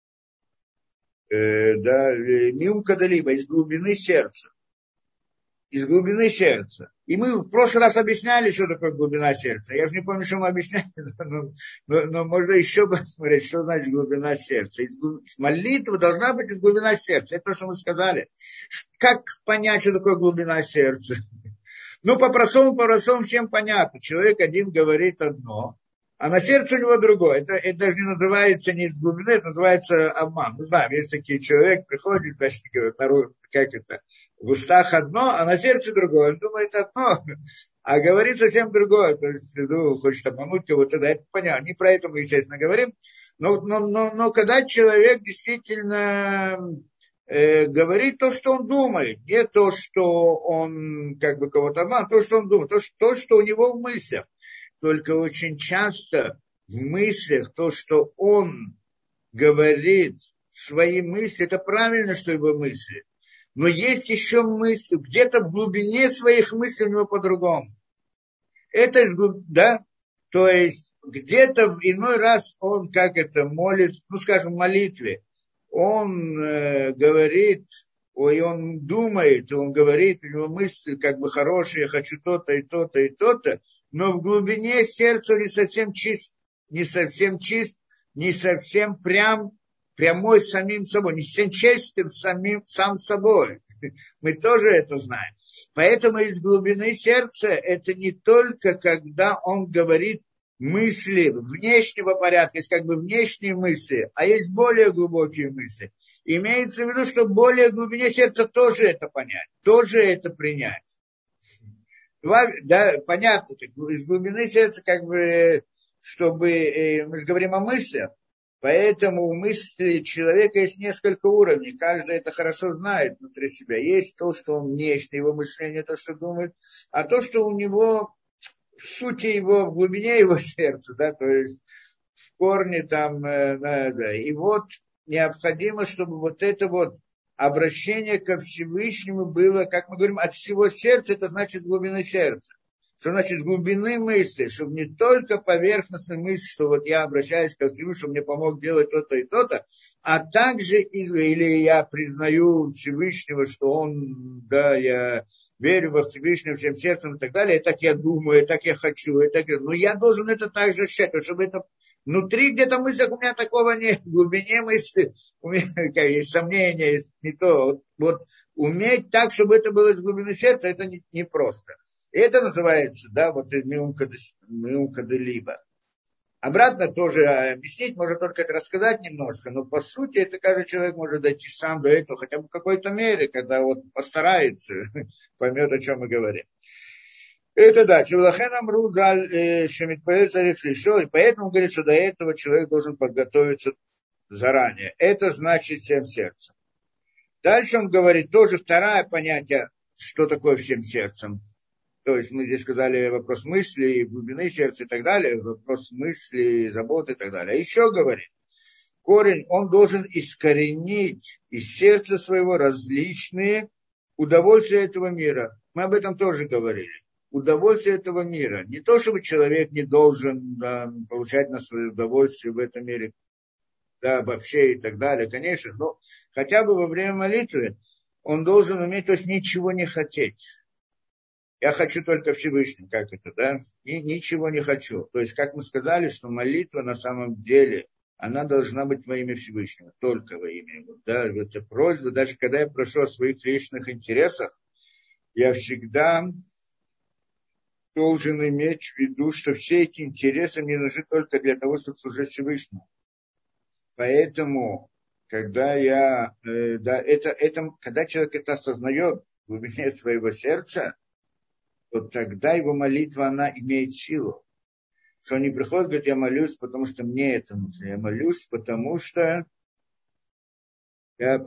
Миумка де Либо, из глубины сердца. Из глубины сердца. И мы в прошлый раз объясняли, что такое глубина сердца. Я же не помню, что мы объясняли, но можно еще посмотреть, что значит глубина сердца. Молитва должна быть из глубины сердца. Это то, что мы сказали. Как понять, что такое глубина сердца? По-простому всем понятно. Человек один говорит одно, а на сердце у него другое. Это даже не называется не из глубины, это называется обман. Мы знаем, есть такие человек, приходит, значит, говорит, как это, в устах одно, а на сердце другое. Он думает одно, а говорит совсем другое. То есть, хочет обмануть кого-то, да, это понятно. Не про это мы, естественно, говорим. Но когда человек действительно говорит то, что он думает, не то, что он как бы кого-то обманывает, то, что он думает, то, что у него в мыслях. Только очень часто в мыслях то, что он говорит, свои мысли, это правильно, что его мысли. Но есть еще мысли, где-то в глубине своих мыслей у него по-другому. Это да? То есть где-то в иной раз он как это молит, ну скажем, в молитве, он говорит, ой, он думает, он говорит, у него мысли как бы хорошие, я хочу то-то и то-то и то-то, но в глубине сердца не совсем чист, не совсем чист, не совсем прямой с самим собой, не совсем честен сам собой. Мы тоже это знаем. Поэтому из глубины сердца это не только когда он говорит мысли внешнего порядка, есть как бы внешние мысли, а есть более глубокие мысли. Имеется в виду, что в более глубине сердца тоже это понять, тоже это принять. Да, понятно, из глубины сердца как бы, чтобы, мы же говорим о мыслях, поэтому у мысли человека есть несколько уровней, каждый это хорошо знает внутри себя. Есть то, что он внешне, его мышление, то, что думает, а то, что у него в сути его, в глубине его сердца, да, то есть в корне там, да. И вот необходимо, чтобы вот это вот обращение ко Всевышнему было, как мы говорим, от всего сердца, это значит с глубины сердца. Что значит с глубины мысли, чтобы не только поверхностная мысль, что вот я обращаюсь ко Всевышнему, чтобы мне помог делать то-то и то-то, а также или я признаю Всевышнего, что он, да, я верю во Всевышнего всем сердцем и так далее, и так я думаю, и так я хочу, и так я... Но я должен это также ощущать, чтобы это внутри где-то мыслях у меня такого нет, в глубине мысли у меня есть сомнения, есть не то. Вот уметь так, чтобы это было из глубины сердца, это не просто. И это называется, да, вот миумкаделиба. Обратно тоже объяснить, можно только это рассказать немножко, но по сути это каждый человек может дойти сам до этого, хотя бы в какой-то мере, когда вот постарается, поймет, о чем мы говорим. Это да, Чевлахен Амру Шемитпаэль Царих Лишо, и поэтому говорит, что до этого человек должен подготовиться заранее. Это значит всем сердцем. Дальше он говорит, тоже второе понятие, что такое всем сердцем. То есть мы здесь сказали вопрос мысли, глубины сердца и так далее, вопрос мысли, заботы и так далее. А еще говорит, корень, он должен искоренить из сердца своего различные удовольствия этого мира. Мы об этом тоже говорили. Удовольствие этого мира. Не то, чтобы человек не должен получать на свое удовольствие в этом мире, да, вообще и так далее, конечно, но хотя бы во время молитвы он должен уметь, то есть ничего не хотеть. Я хочу только Всевышнего, как это, да? И ничего не хочу. То есть, как мы сказали, что молитва на самом деле, она должна быть во имя Всевышнего, только во имя его. Да, это просьба, даже когда я прошу о своих личных интересах, я всегда должен иметь в виду, что все эти интересы мне нужны только для того, чтобы служить Всевышнему. Поэтому, когда когда человек это осознает в глубине своего сердца, то тогда его молитва, она имеет силу. Что он не приходит, говорит, я молюсь, потому что мне это нужно. Я молюсь, потому что я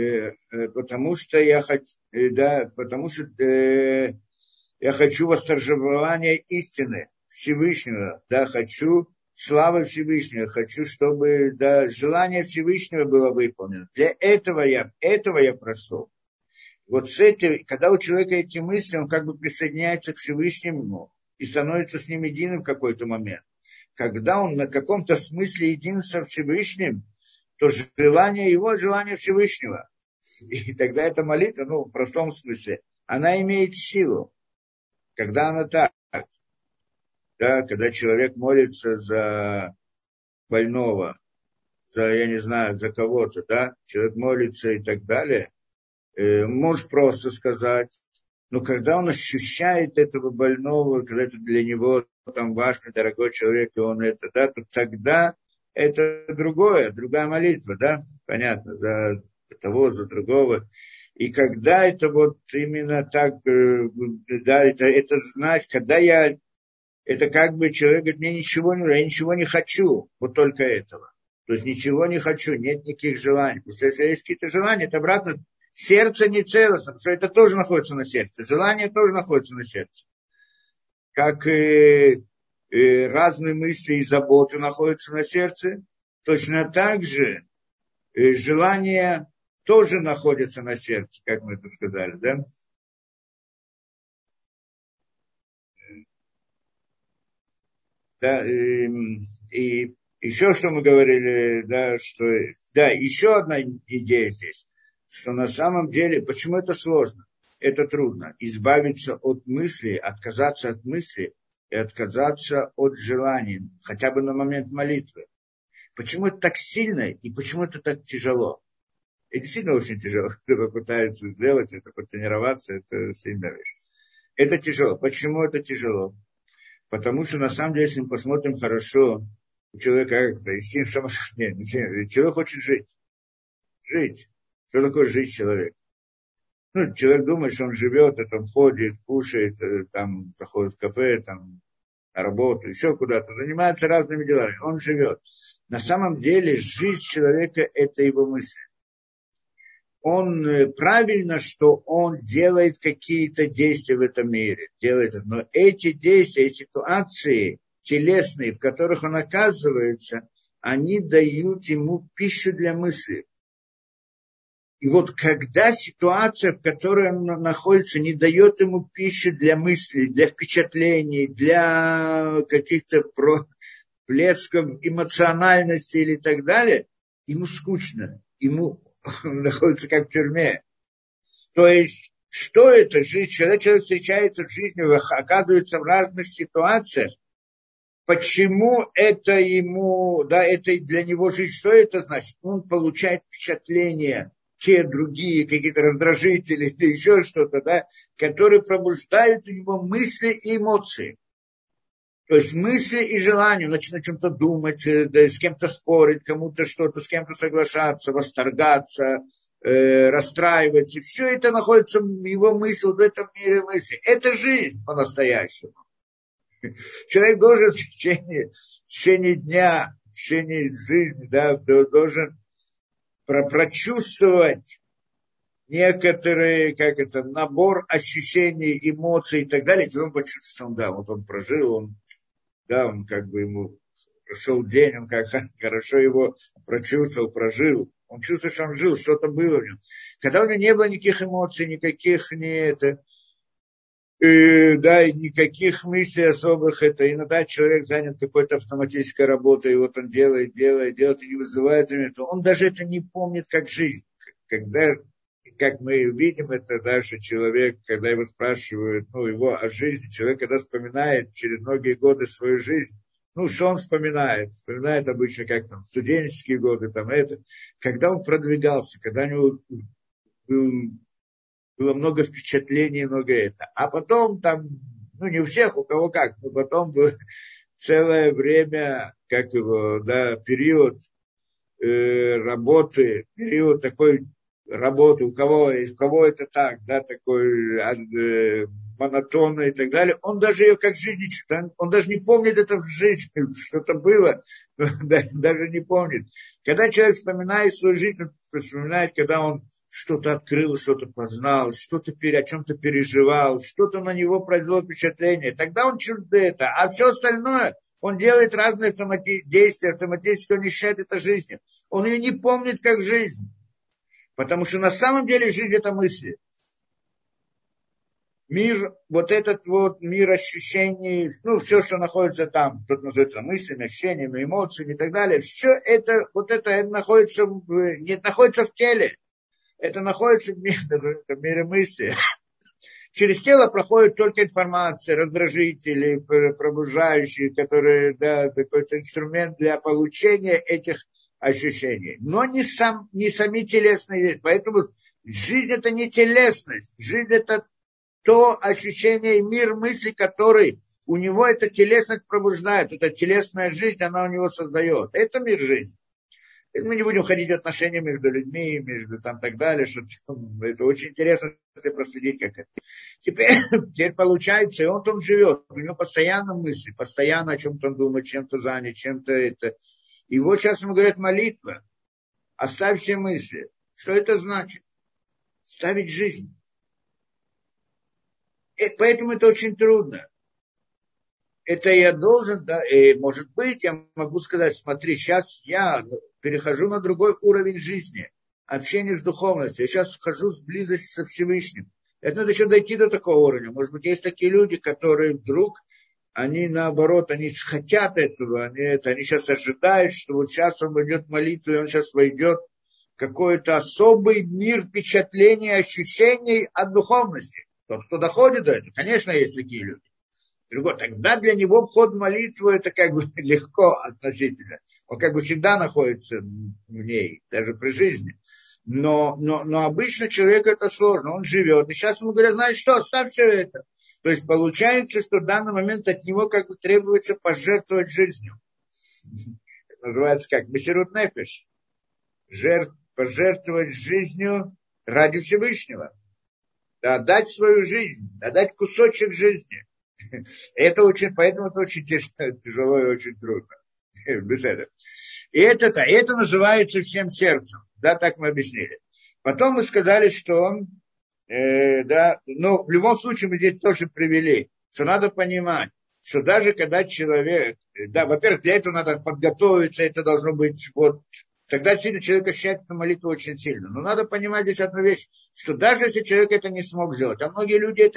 хочу восторжествования истины Всевышнего, да, хочу славы Всевышнего, хочу, чтобы, да, желание Всевышнего было выполнено. Для этого я прошу. Вот с этой, когда у человека эти мысли, он как бы присоединяется к Всевышнему и становится с ним единым в какой-то момент. Когда он на каком-то смысле един со Всевышним, то желание его, желание Всевышнего. И тогда эта молитва, в простом смысле, она имеет силу. Когда она так, да, когда человек молится за больного, за кого-то, да, человек молится и так далее, может просто сказать, но когда он ощущает этого больного, когда это для него там важный, дорогой человек, и он это, да, то тогда это другая молитва, да, понятно, за того, за другого. И когда это вот именно так, да, это значит, когда это как бы человек говорит, мне ничего не нужно, я ничего не хочу, вот только этого. То есть ничего не хочу, нет никаких желаний. Потому что если есть какие-то желания, это обратно сердце не целостно, потому что это тоже находится на сердце. Желание тоже находится на сердце. Как разные мысли и заботы находятся на сердце, точно так же желание тоже находится на сердце, как мы это сказали, да? Да, и еще что мы говорили, да, что, да, еще одна идея здесь, что на самом деле, почему это сложно, это трудно, избавиться от мысли, отказаться от мысли и отказаться от желаний, хотя бы на момент молитвы. Почему это так сильно и почему это так тяжело? Это действительно очень тяжело, кто пытается сделать это, потренироваться, это сильная вещь. Это тяжело. Почему это тяжело? Потому что, на самом деле, если мы посмотрим хорошо, у человека как-то инстинкт самосохранения. Человек хочет жить. Жить. Что такое жить человек? Ну, человек думает, что он живет, это он ходит, кушает, там, заходит в кафе, там, на работу, еще куда-то, занимается разными делами. Он живет. На самом деле, жизнь человека – это его мысли. Он правильно, что он делает какие-то действия в этом мире, делает, но эти действия, эти ситуации телесные, в которых он оказывается, они дают ему пищу для мысли. И вот когда ситуация, в которой он находится, не дает ему пищу для мыслей, для впечатлений, для каких-то всплесков эмоциональности или так далее, ему скучно, ему находится как в тюрьме. То есть, что это жизнь? Человек встречается в жизни, оказывается в разных ситуациях. Почему это ему, да, это для него жизнь? Что это значит? Он получает впечатления, те другие, какие-то раздражители или еще что-то, да, которые пробуждают у него мысли и эмоции. То есть мысли и желания, начинать о чем-то думать, да, с кем-то спорить, кому-то что-то, с кем-то соглашаться, восторгаться, расстраиваться. И все это находится в его мысли, в этом мире мысли. Это жизнь по-настоящему. Человек должен в течение дня, в течение жизни, да, должен прочувствовать некоторые, как это, набор ощущений, эмоций и так далее. И он почувствовал, да, вот он прожил, он, да, он как бы ему прошел день, он как хорошо его прочувствовал, прожил. Он чувствует, что он жил, что-то было в нем. Когда у него не было никаких эмоций, никаких да, и никаких мыслей особых, это иногда человек занят какой-то автоматической работой, и вот он делает, и не вызывает это. Он даже это не помнит как жизнь. Когда, как мы видим, это даже человек, когда его спрашивают, его о жизни, человек, когда вспоминает через многие годы свою жизнь, что он вспоминает? Вспоминает обычно, как там, студенческие годы, там это. Когда он продвигался, когда у него было много впечатлений, много это. А потом там, не у всех, у кого как, но потом было целое время, как его, да, период работы, период такой работы, у кого это так, да, такой монотонный и так далее, он даже ее как жизнь, он даже не помнит это в жизни, что-то было, даже не помнит. Когда человек вспоминает свою жизнь, он вспоминает, когда он что-то открыл, что-то познал, что-то о чем-то переживал, что-то на него произвело впечатление, тогда он чувствует это, а все остальное, он делает разные действия, автоматически он не считает это жизнью. Он ее не помнит как жизнь. Потому что на самом деле жизнь – это мысли. Мир, вот этот вот мир ощущений, все, что находится там, тут называется мыслями, ощущениями, эмоциями и так далее, все это, это находится, не находится в теле, это находится в мире мысли. Через тело проходит только информация, раздражители, пробуждающие, которые, да, какой-то инструмент для получения этих ощущений. Но не сами телесные. Поэтому жизнь это не телесность. Жизнь это то ощущение, мир мысли, который у него эта телесность пробуждает. Это телесная жизнь, она у него создает. Это мир жизни. Мы не будем ходить в отношения между людьми, между там так далее, что это очень интересно, если проследить, как это. Теперь получается, и он там живет, у него постоянно мысли, постоянно о чем-то он думает, чем-то занят, чем-то это. И вот сейчас ему говорят молитва. Оставь все мысли. Что это значит? Ставить жизнь. И поэтому это очень трудно. Это я должен, да, и может быть, я могу сказать, смотри, сейчас я перехожу на другой уровень жизни, общение с духовностью, я сейчас вхожу в близость со Всевышним. Это надо еще дойти до такого уровня. Может быть, есть такие люди, которые вдруг, они наоборот, они хотят этого, они сейчас ожидают, что вот сейчас он войдет в молитву, и он сейчас войдет в какой-то особый мир впечатлений, ощущений от духовности. Тот, кто доходит до этого, конечно, есть такие люди. Другой, тогда для него вход в молитву это как бы легко относительно. Он как бы всегда находится в ней, даже при жизни. Но обычно человеку это сложно, он живет. И сейчас ему говорят, знаешь что, оставь все это. То есть получается, что в данный момент от него как бы требуется пожертвовать жизнью. Это называется как месирут нефеш. Пожертвовать жизнью ради Всевышнего. Да, отдать свою жизнь, отдать кусочек жизни. Поэтому это очень тяжело и очень трудно. И это называется всем сердцем. Да, так мы объяснили. Потом мы сказали, что он, в любом случае мы здесь тоже привели, что надо понимать, что даже когда человек, во-первых, для этого надо подготовиться, это должно быть тогда действительно человек ощущает эту молитву очень сильно. Но надо понимать здесь одну вещь, что даже если человек это не смог сделать, а многие люди это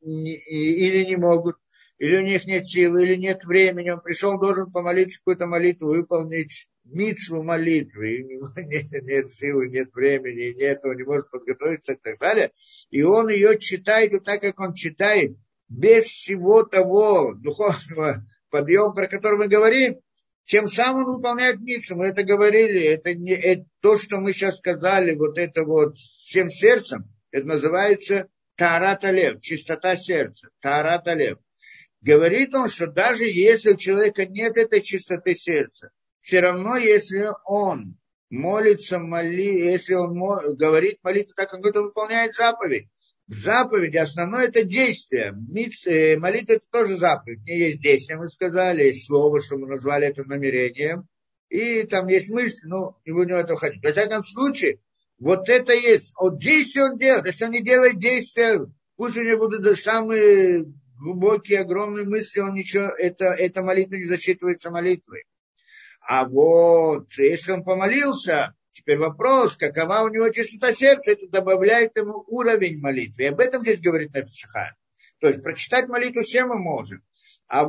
или не могут, или у них нет силы, или нет времени, он пришел, должен помолиться какую-то молитву, выполнить мицву молитвы, и у него нет силы, нет времени, он не может подготовиться и так далее, и он ее читает вот так, как он читает, без всего того духовного подъема, про который мы говорим, тем самым он выполняет мицву. Мы это говорили, это то, что мы сейчас сказали, это всем сердцем, это называется таарат алев, чистота сердца, таарат алев. Говорит он, что даже если у человека нет этой чистоты сердца, все равно, если он молится, если он говорит молитву, так как он выполняет заповедь. В заповеди основное это действие. Молитва это тоже заповедь. В ней есть действие, мы сказали, есть слово, что мы назвали это намерением. И там есть мысль, не будем в это входить. Во всяком случае, это есть. Действие он делает. Если он не делает действия, пусть у него будут самые глубокие, огромные мысли, эта молитва не засчитывается молитвой. А если он помолился, теперь вопрос, какова у него чистота сердца, это добавляет ему уровень молитвы. И об этом здесь говорит Нефеш Хаим. То есть прочитать молитву все мы можем. А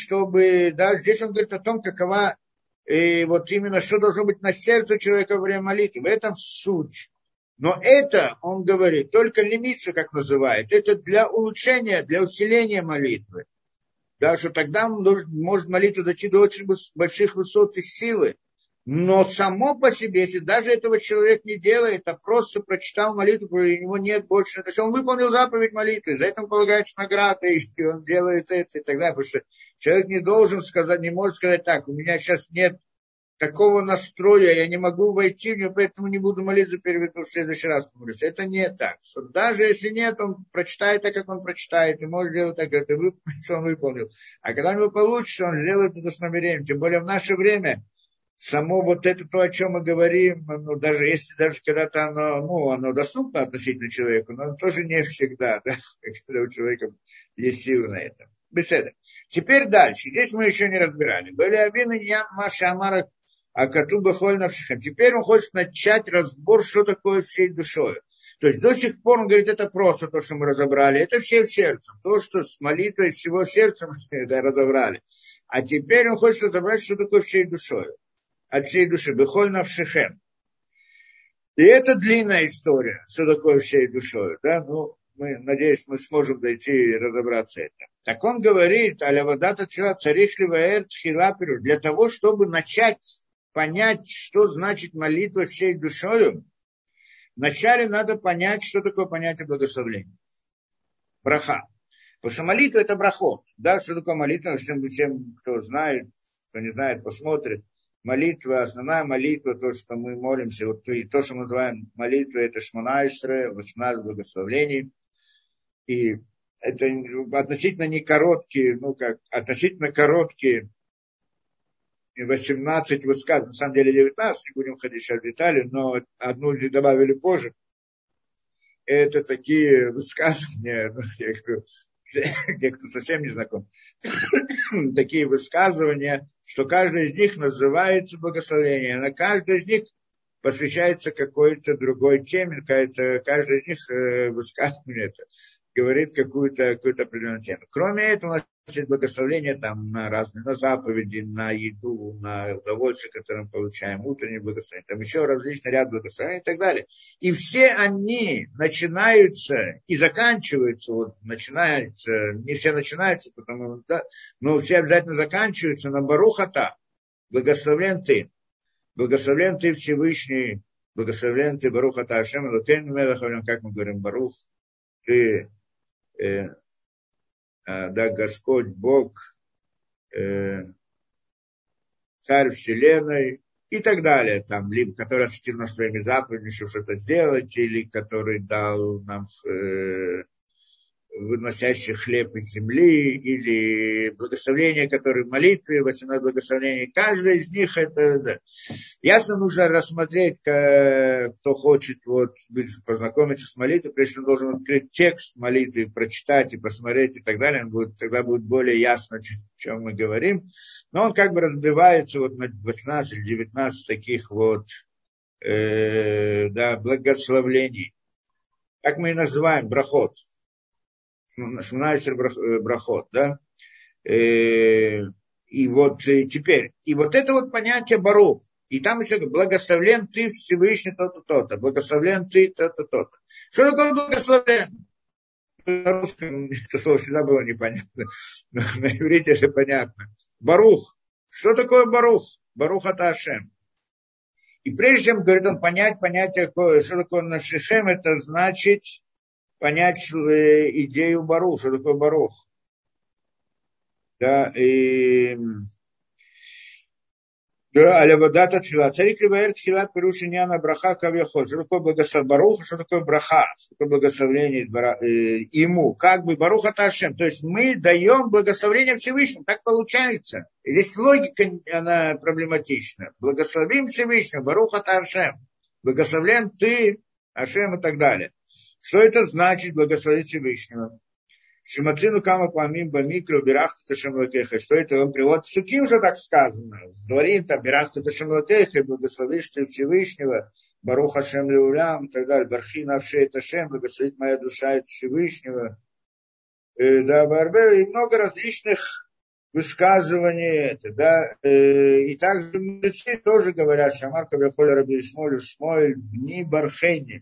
здесь он говорит о том, какова, именно что должно быть на сердце человека во время молитвы. В этом суть. Но это, он говорит, только лимитсу, как называют, это для улучшения, для усиления молитвы. Да, что тогда он может молитва дойти до очень больших высот и силы. Но само по себе, если даже этого человек не делает, а просто прочитал молитву, и у него нет больше, то есть он выполнил заповедь молитвы, за это полагается награда, и он делает это и так далее. Потому что человек не может сказать так, у меня сейчас нет такого настроя, я не могу войти в него, поэтому не буду молиться, переведу в следующий раз помолюсь. Это не так. Что даже если нет, он прочитает так, как он прочитает, и может делать так, как он выполнил. А когда у него получится, он сделает это с намерением. Тем более в наше время само это то, о чем мы говорим, даже когда-то оно доступно относительно человеку, но оно тоже не всегда, да, когда у человека есть силы на это. Беседа. Теперь дальше. Здесь мы еще не разбирали. Были обины Ян Маша Амара Акатуба Холь Навшихем. Теперь он хочет начать разбор, что такое всей душой. То есть до сих пор он говорит, это просто то, что мы разобрали. Это всем сердцем. То, что с молитвой всего сердцем это разобрали. А теперь он хочет разобрать, что такое всей душой. От всей души. Бехоль Навшихем. И это длинная история, что такое всей душой. Да? Надеюсь, мы сможем дойти и разобраться это. Так он говорит, алявадата тхила царих ливаэр тхила пируш. Для того, чтобы начать понять, что значит молитва всей душою, вначале надо понять, что такое понятие благословления. Браха. Потому что молитва это брахот. Да, что такое молитва? Всем, кто знает, кто не знает, посмотрит. Молитва, основная молитва, то, что мы молимся, то, что мы называем молитвой, это Шмонайсре, 18 благословений. И это относительно не короткие, относительно короткие 18 высказываний, на самом деле 19, не будем ходить сейчас в детали, но одну здесь добавили позже. Это такие высказывания, ну, я говорю, те, кто совсем не знаком, такие высказывания, что каждый из них называется благословение, на каждый из них посвящается какой-то другой теме, каждый из них высказывание это говорит какую-то определенную тему. Кроме этого, у нас есть благословение там, на разные, на заповеди, на еду, на удовольствие, которое мы получаем, утреннее благословение, там еще различный ряд благословений и так далее. И все они начинаются и заканчиваются, вот начинаются, не все начинаются, потому, да, но все обязательно заканчиваются на Барух ата, благословен ты. Благословен ты Всевышний, благословен ты Барух ата Ашем Элокейну мелech хаолам, как мы говорим, Барух, ты, да, Господь, Бог, Царь Вселенной и так далее, там, либо который осветил нас своими заповедями, чтобы что-то сделать, или который дал нам выносящий хлеб из земли, или благословение, которое в молитве, 18 благословений. Каждое из них это... Да. Ясно, нужно рассмотреть, кто хочет вот, познакомиться с молитвой, прежде чем он должен открыть текст молитвы, прочитать и посмотреть и так далее. Тогда будет более ясно, о чем мы говорим. Но он как бы разбивается вот на 18 или 19 таких вот благословлений. Как мы и называем, брахот. 18 брахот, да? И вот теперь, и вот это вот понятие барух, и там еще благословлен ты Всевышний то-то, то-то, благословлен ты то-то, то-то. Что такое благословлен? На русском это слово всегда было непонятно, но на иврите это понятно. Барух. Что такое барух? Барух ата Ашем. И прежде чем, говорит он, понять понятие, что такое нашихем, это значит понять идею барух, что такое барух. Да, алявадата тхила. Царик либаэр тхила перушиняна браха кавьяхот. Что такое благословение баруха, что такое браха, что такое благословение ему. Как бы барух ата Ашем. То есть мы даем благословение Всевышнему. Так получается. И здесь логика, она проблематична. Благословим Всевышнего, барух ата Ашем. Благословлен ты, Ашем и так далее. Что это значит благословить Всевышнего? Шимацину кама памим бамикро бирахту ташем лакеха. Что это? Он приводит суки, уже так сказано. Дворим там бирахту ташем лакеха, благословишь ты Всевышнего, барух Ашем леулям и так далее. Бархи навшей ташем, благословит моя душа от Всевышнего. Да, барбе, и много различных высказываний. Это, да. И также мудрецы тоже говорят, Шамар кавяхоль раби Ишмоль, Шмоль, бни бархени.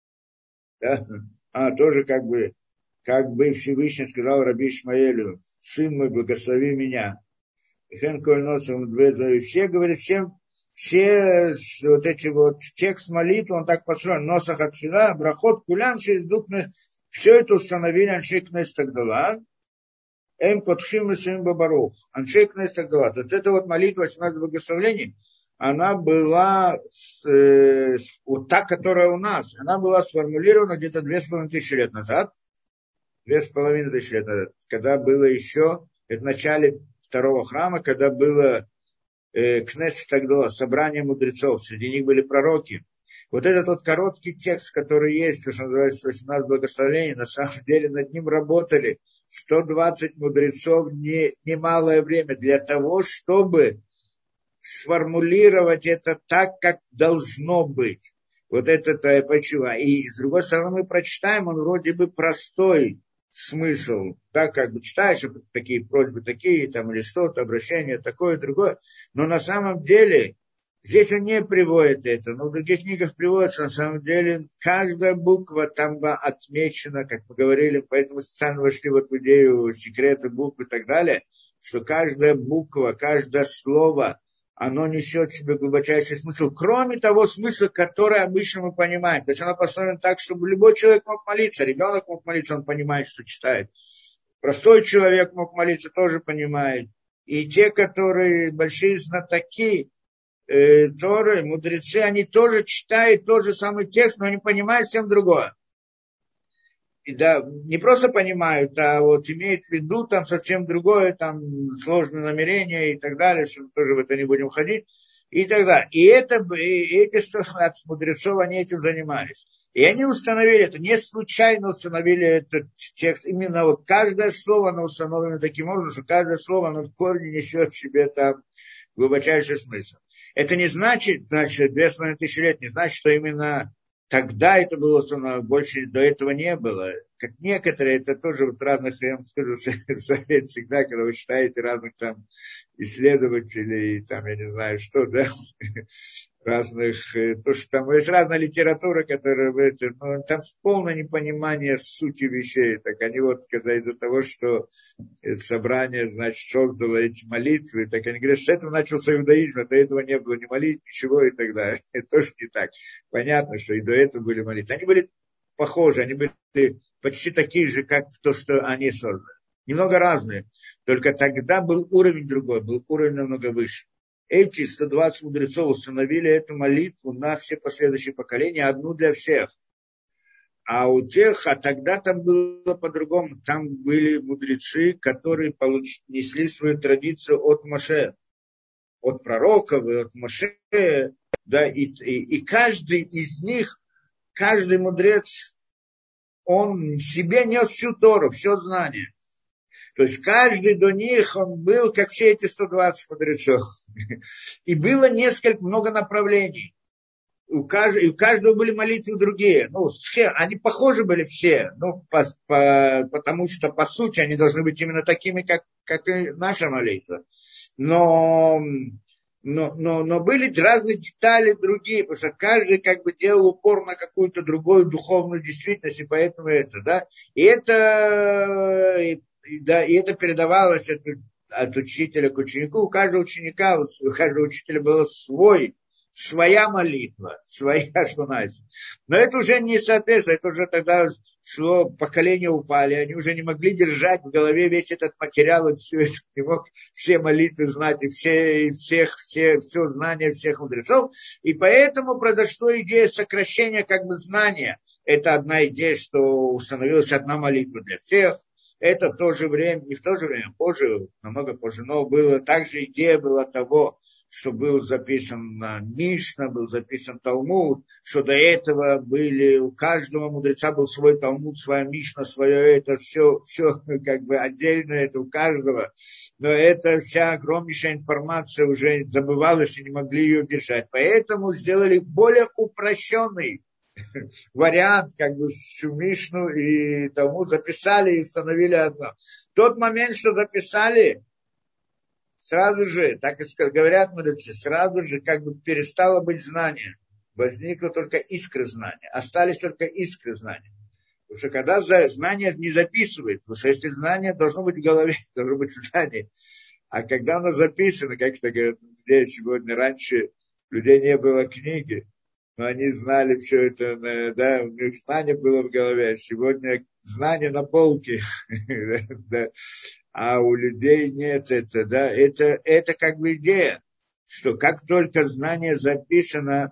Да? Тоже как бы Всевышний сказал раби Ишмаэлю, сын мой, благослови меня. И все говорят, все вот эти вот текст молитвы, он так построен, носах от фила, брахот, кулям, все это установили Аншей Кнесет Агдала, эм подхим и сын бабарух, Аншей Кнесет Агдала. То есть это вот молитва 18 благословений, она была, вот та, которая у нас, она была сформулирована где-то 2500 лет назад, 2500 лет назад, когда было еще, это в начале второго храма, когда было Кнесет Агдала, собрание мудрецов, среди них были пророки. Вот этот вот короткий текст, который есть, то, что называется 18 благословений, на самом деле над ним работали 120 мудрецов немалое время для того, чтобы сформулировать это так, как должно быть. Вот это почему. И с другой стороны мы прочитаем, он вроде бы простой смысл. Так как бы читаешь, такие просьбы такие, там, или что-то, обращение такое, другое. Но на самом деле здесь он не приводит это. Но в других книгах приводится, на самом деле, каждая буква там отмечена, как мы говорили, поэтому специально вошли вот в идею секрета букв и так далее, что каждая буква, каждое слово, оно несет в себе глубочайший смысл, кроме того смысла, который обычно мы понимаем. То есть оно построено так, чтобы любой человек мог молиться, ребенок мог молиться, он понимает, что читает. Простой человек мог молиться, тоже понимает. И те, которые большие знатоки Торы, мудрецы, они тоже читают тот же самый текст, но они понимают совсем другое. и да, не просто понимают, а вот имеют в виду там совсем другое, там сложное намерение и так далее, что мы тоже в это не будем ходить, и так далее. И эти 116 мудрецов, они этим занимались. И они установили это, не случайно установили этот текст, именно вот каждое слово, оно установлено таким образом, что каждое слово, оно в корне несет в себе там глубочайший смысл. Это не значит, 2500 лет, не значит, что именно тогда это было установлено, больше до этого не было. Как некоторые, это тоже вот разных, я вам скажу, совет всегда, когда вы читаете разных там исследователей, там, я не знаю что, да, разных, то, что там есть разная литература, которая в этом, но там полное непонимание сути вещей. Так они вот, когда из-за того, что это собрание, значит, создало эти молитвы, так они говорят, что с этого начался иудаизм, а до этого не было ни молитв, ничего и так далее. Это тоже не так. Понятно, что и до этого были молитвы. Они были похожи, они были почти такие же, как то, что они создали. Немного разные, только тогда был уровень другой, был уровень намного выше. Эти 120 мудрецов установили эту молитву на все последующие поколения, одну для всех. А у тех, а тогда там было по-другому, там были мудрецы, которые несли свою традицию от Моше, от пророков и от Моше, да, и каждый из них, каждый мудрец, он в себе нес всю Тору, все знание. То есть каждый до них, он был, как все эти 120 мудрецов. И было много направлений. У каждого были молитвы другие. Ну, они похожи были все. Ну, потому что, по сути, они должны быть именно такими, как и наша молитва. Но были разные детали другие, потому что каждый как бы делал упор на какую-то другую духовную действительность, и поэтому это, да. И это передавалось от учителя к ученику. У каждого ученика, у каждого учителя была своя молитва, своя шмонайса. Но это уже не соответствует, это уже тогда шло, поколения упали, они уже не могли держать в голове весь этот материал, и все это, не мог все молитвы знать, и все знания всех мудрецов. И поэтому произошла идея сокращения как бы знания. Это одна идея, что установилась одна молитва для всех. Это в то же время, не в то же время, позже, намного позже, но также идея была того, что был записан Мишна, был записан Талмуд, что до этого у каждого мудреца был свой Талмуд, своя Мишна, свое это, все как бы отдельно, это у каждого. Но эта вся огромнейшая информация уже забывалась и не могли ее держать. Поэтому сделали более упрощенный вариант, как бы всю Мишну и Талмуд записали и установили одно. В тот момент, что записали, сразу же, так и говорят мудрецы, сразу же как бы перестало быть знания. Возникло только искры знания. Остались только искры знания. Потому что когда знание не записывает, потому что если знание должно быть в голове, должно быть знание. А когда оно записано, как это говорят людей сегодня, раньше у людей не было книги, но они знали все это, да, у них знание было в голове. Сегодня знание на полке, да. А у людей нет это, да, это как бы идея, что как только знание записано,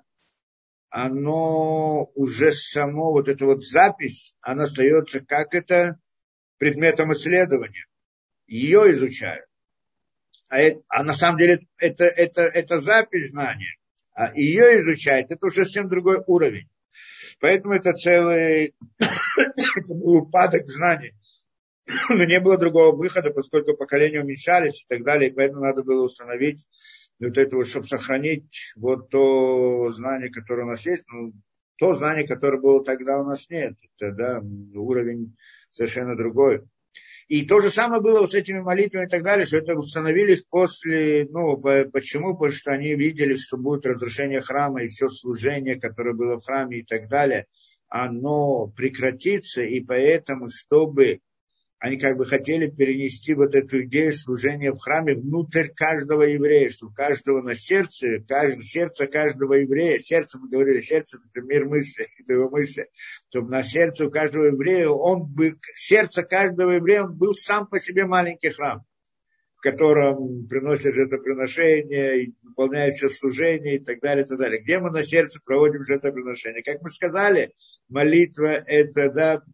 оно уже само, вот эта вот запись, она остается как это предметом исследования. Ее изучают. А на самом деле это запись знания. А ее изучать, это уже совсем другой уровень. Поэтому это целый это был упадок знаний. Но не было другого выхода, поскольку поколения уменьшались и так далее, и поэтому надо было установить вот это вот, чтобы сохранить вот то знание, которое у нас есть, ну, то знание, которое было тогда, у нас нет. Это, да, уровень совершенно другой. И то же самое было вот с этими молитвами и так далее, что это установили их после, почему? Потому что они видели, что будет разрушение храма и все служение, которое было в храме и так далее, оно прекратится, и поэтому, чтобы они как бы хотели перенести вот эту идею служения в храме внутрь каждого еврея, чтобы каждого на сердце каждого еврея, сердце, мы говорили, сердце – это мир мысли, это его мысли, чтобы на сердце у каждого еврея, сердце каждого еврея, он был сам по себе маленький храм, в котором приносят жертвоприношения, и выполняют все служения и так далее, и так далее. Где мы на сердце проводим жертвоприношения? Как мы сказали, молитва – это, да,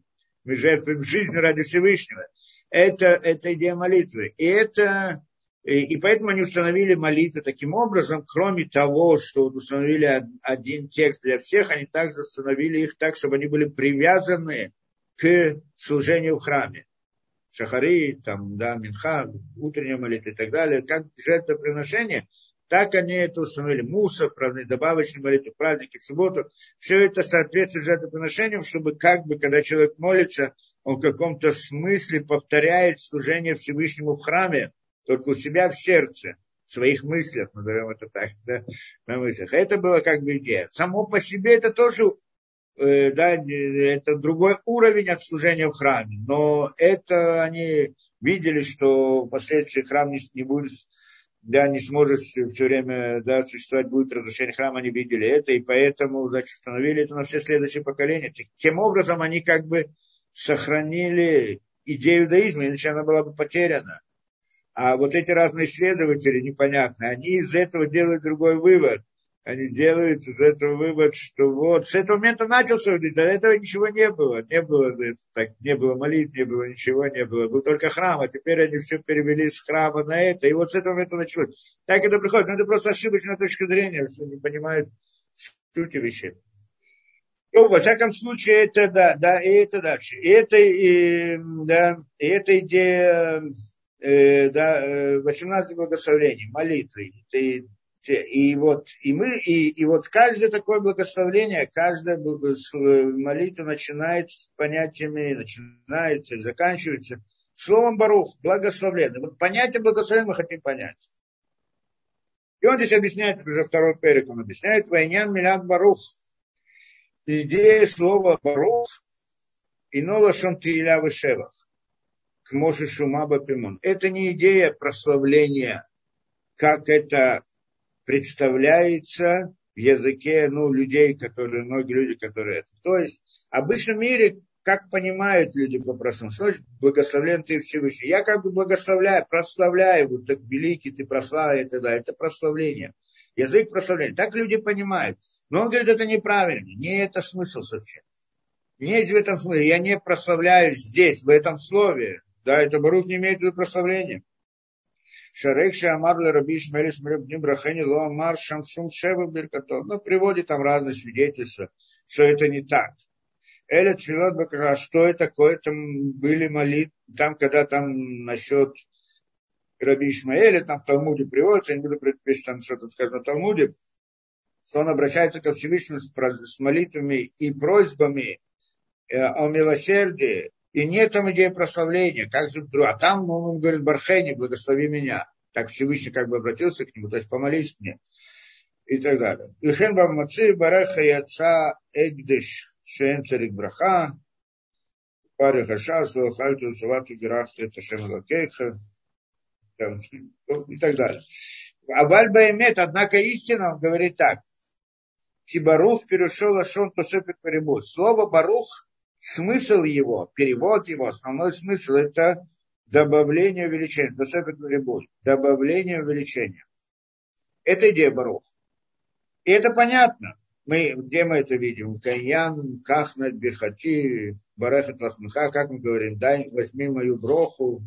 Мы жертвуем жизнью ради Всевышнего. Это идея молитвы. И поэтому они установили молитву таким образом, кроме того, что установили один текст для всех, они также установили их так, чтобы они были привязаны к служению в храме. Шахари, там, да, Минха, утренняя молитва и так далее, как жертвоприношение, так они это установили. Мусор, праздник, добавочные молитвы, праздники в субботу. Все это соответствует жертвоприношениям, чтобы как бы, когда человек молится, он в каком-то смысле повторяет служение Всевышнему в храме, только у себя в сердце, в своих мыслях, назовем это так, да, на мыслях. Это была как бы идея. Само по себе это тоже, да, это другой уровень от служения в храме. Но это они видели, что впоследствии храм не будет, да, не сможет все время, да, существовать, будет разрушение храма, они видели это, и поэтому, значит, установили это на все следующие поколения. Тем образом они как бы сохранили идею иудаизма, иначе она была бы потеряна. А вот эти разные исследователи, непонятно, они из этого делают другой вывод. Они делают из этого вывод, что вот с этого момента начался иудаизм, до этого ничего не было. Не было молитв, не было ничего, не было. Был только храм, а теперь они все перевели с храма на это. И вот с этого момента началось. Так это приходит. Но это просто ошибочная точка зрения, что не понимают сути вещей. Ну, во всяком случае, это да, и это дальше. И эта идея... 18 благословений, молитвы. И вот каждое такое благословение, каждая молитва начинается с понятиями, начинается и заканчивается словом барух, благословенный. Вот понятие благословения мы хотим понять. И он здесь объясняет, уже второй перек он объясняет, вайнян милят барух. Идея слова барух и нолашон тииля вешевах. К Моше Шумаба Пимон. Это не идея прославления, как это представляется в языке, многие люди, которые это. То есть, в обычном мире, как понимают люди по-простому, значит, благословлен ты Всевышний. Я как бы благословляю, прославляю, вот так великий ты прославляй, это прославление. Язык прославления. Так люди понимают. Но он говорит, это неправильно, не это смысл совсем. Не в этом смысле. Я не прославляю здесь, в этом слове. Да, это барух не имеет в виду прославления. Шарек Шамар Раби Шмель Шмель Брахани Ло Амар Шамшум Шева Биркато. Ну, приводит там разные свидетельства, что это не так. Эля Тфилот Бакара, что это такое? Там были молитвы, там, когда там насчет Раби Ишмаэля, там в Талмуде приводится, я не буду предписывать, там что там сказано в Талмуде, что он обращается ко Всевышнему с молитвами и просьбами о милосердии. И нет там идеи прославления, как же вдруг. А там он говорит, Бархени, благослови меня. Так Всевышний как бы обратился к нему, то есть помолись мне. И так далее. Лихен бамаци бареха яца эгдеш шеем царик браха. Пари хаша, слухальту, савату, герахту, это шем лакейха. И так далее. А вальбаэмет, однако истина, он говорит так. Кибарух перешел лашон тосепет перебуд. Слово барух, смысл его, перевод его, основной смысл это добавление увеличения. Тосепет перебуд. Добавление увеличения. Это идея барух. И это понятно. Где мы это видим? Каян, Кахнат, Бирхати, Барехат Лахмиха, как мы говорим, дай, возьми мою броху.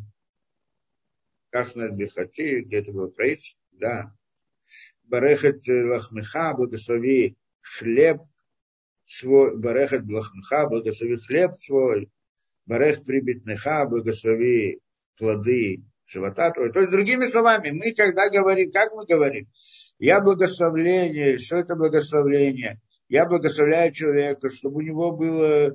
Кахнат, Бирхати, где это было происходит? Да. Барехат Лахмиха, благослови хлеб свой, Барехат Лахмиха, благослови хлеб свой, Барех Прибитныха, благослови плоды живота твоего. То есть, другими словами, мы когда говорим, как мы говорим, я благословление, что это благословление? Я благословляю человека, чтобы у него было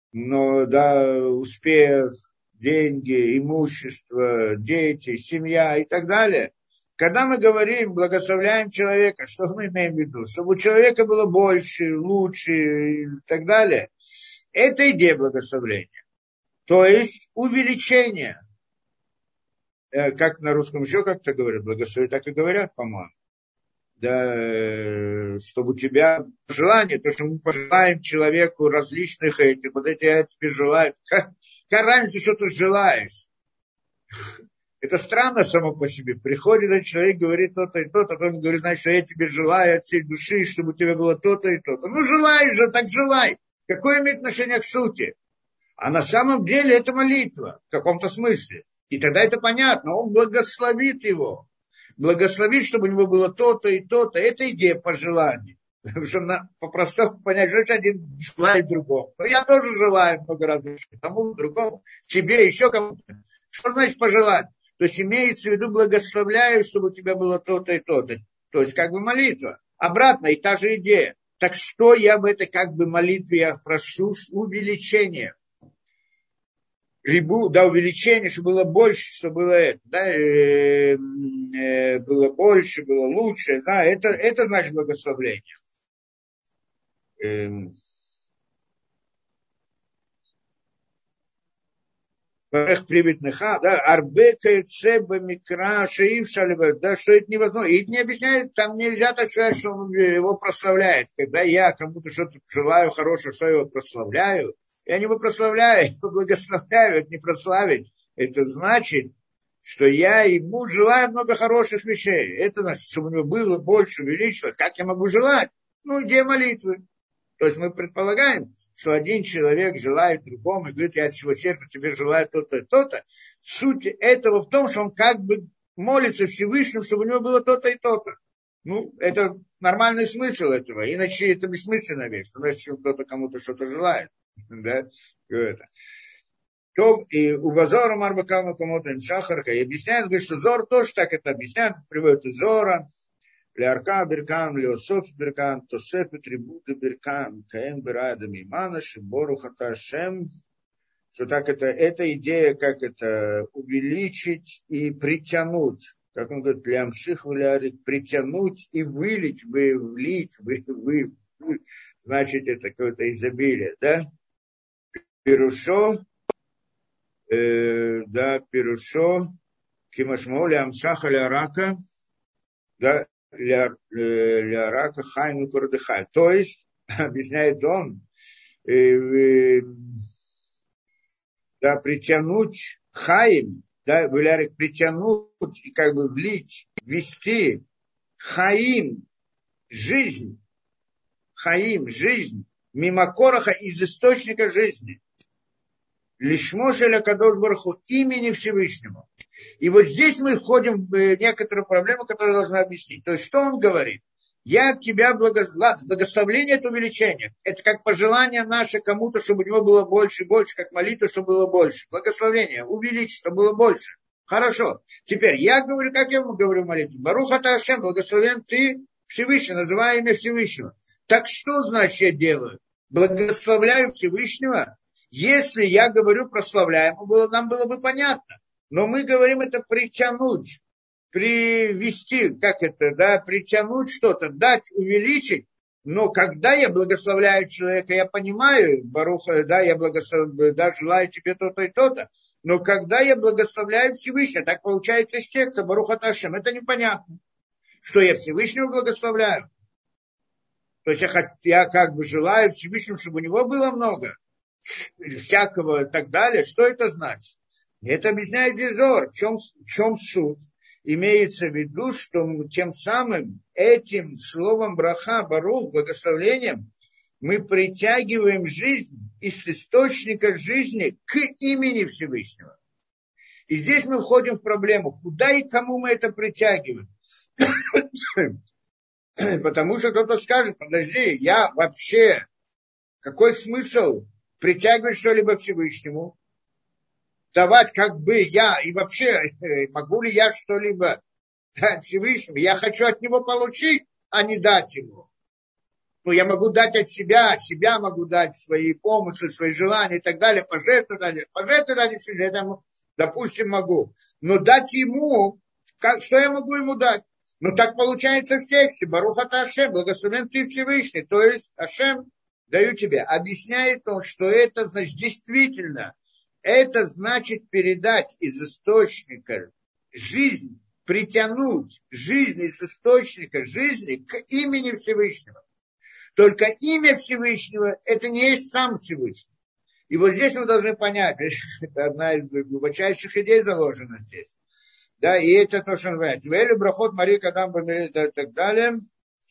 успех, деньги, имущество, дети, семья и так далее. Когда мы говорим, благословляем человека, что мы имеем в виду? Чтобы у человека было больше, лучше и так далее. Это идея благословления. То есть увеличение. Как на русском еще как-то говорят, благослови, так и говорят, по-моему. Да, чтобы у тебя желание, то, что мы пожелаем человеку различных этих, вот эти я тебе желаю. Какая разница, что ты желаешь? Это странно само по себе. Приходит этот человек, говорит то-то и то-то, а он говорит, значит, что я тебе желаю от всей души, чтобы у тебя было то-то и то-то. Ну, желай же, так желай. Какое имеет отношение к сути? А на самом деле это молитва в каком-то смысле. И тогда это понятно, он благословит его. Благословит, чтобы у него было то-то и то-то. Это идея пожеланий. Потому что по-простому понять, что один желает другому. Но я тоже желаю много раз тому, другому, тебе, еще кому-то. Что значит пожелать? То есть имеется в виду благословляю, чтобы у тебя было то-то и то-то. То есть как бы молитва. Обратно и та же идея. Так что я в этой как бы молитве я прошу с увеличением. Увеличение, чтобы было больше, чтобы было это, было больше, было лучше, да, это значит благословление. Арбека Цеба Микра Шаив да, что это невозможно. И это не объясняет, там нельзя так сказать, что он его прославляет. Когда я кому-то что-то желаю хорошего, что я его прославляю, я не его прославляю, я его благословляю, это не прославить. Это значит, что я ему желаю много хороших вещей. Это значит, чтобы у него было больше, увеличилось. Как я могу желать? Идея молитвы. То есть мы предполагаем, что один человек желает другому и говорит, я от всего сердца тебе желаю то-то и то-то. Суть этого в том, что он как бы молится Всевышнему, чтобы у него было то-то и то-то. Это нормальный смысл этого. Иначе это бессмысленная вещь. Значит, кто-то кому-то что-то желает. Да? И у Базора Марбакама кому-то Шахарка. И объясняет, говорит, что Зор тоже так это объясняет. Приводит из Зора. Лярка Беркан, Леософ Беркан, Тосеф Трибуты Беркан, Каэн Берада Мимана, Шибору Хаташем. Что так это идея, как это увеличить и притянуть. Как он говорит, Лямших Валярик, притянуть и вылить, влить, значит, это какое-то изобилие, да? Пирушо, Пирушо, Кимашмо, Лямшаха Лярака, да, Лярака Хайну Курдыхай. То есть, объясняет он, притянуть Хаим, притянуть и как бы влить, вести Хаим, жизнь, мимо Короха из источника жизни. Лишмошеля Кадош Бараху, имени Всевышнего. И вот здесь мы входим в некоторую проблему, которую должны объяснить. То есть, что он говорит? Я тебя благословление – это увеличение. Это как пожелание наше кому-то, чтобы у него было больше и больше, как молитва, чтобы было больше. Благословение, увеличить, чтобы было больше. Хорошо. Теперь я говорю, как я ему говорю в молитве. Барух ата Ашем, благословен ты Всевышний, называя имя Всевышнего. Так что значит я делаю? Благословляю Всевышнего. Если я говорю прославляем, нам было бы понятно. Но мы говорим это притянуть, привести, притянуть что-то, дать, увеличить. Но когда я благословляю человека, я понимаю, Баруха, я благословляю, желаю тебе то-то и то-то. Но когда я благословляю Всевышнего, так получается из текста Баруха Ташем, это непонятно. Что я Всевышнего благословляю. То есть я как бы желаю Всевышнему, чтобы у него было много. Всякого и так далее. Что это значит? Это объясняет Дизор. В чем суть? Имеется в виду, что тем самым этим словом браха, барух, благословлением, мы притягиваем жизнь из источника жизни к имени Всевышнего. И здесь мы входим в проблему, куда и кому мы это притягиваем. Потому что кто-то скажет, подожди, я вообще, какой смысл притягивать что-либо Всевышнему, давать как бы я, и вообще, могу ли я что-либо дать Всевышнему, я хочу от него получить, а не дать ему. Я могу дать от себя могу дать свои помыслы, свои желания и так далее, пожертвовать ради себя, допустим, могу. Но дать ему, что я могу ему дать? Так получается в тексте, Барух ата Ашем, благословен ты Всевышний, то есть Ашем, даю тебе. Объясняет он, что это значит действительно, это значит передать из источника жизнь, притянуть жизнь из источника жизни к имени Всевышнего. Только имя Всевышнего – это не есть сам Всевышний. И вот здесь мы должны понять, это одна из глубочайших идей заложена здесь. Да, и это то, что он говорит. Вэлю брахот Мария Кадам и так далее.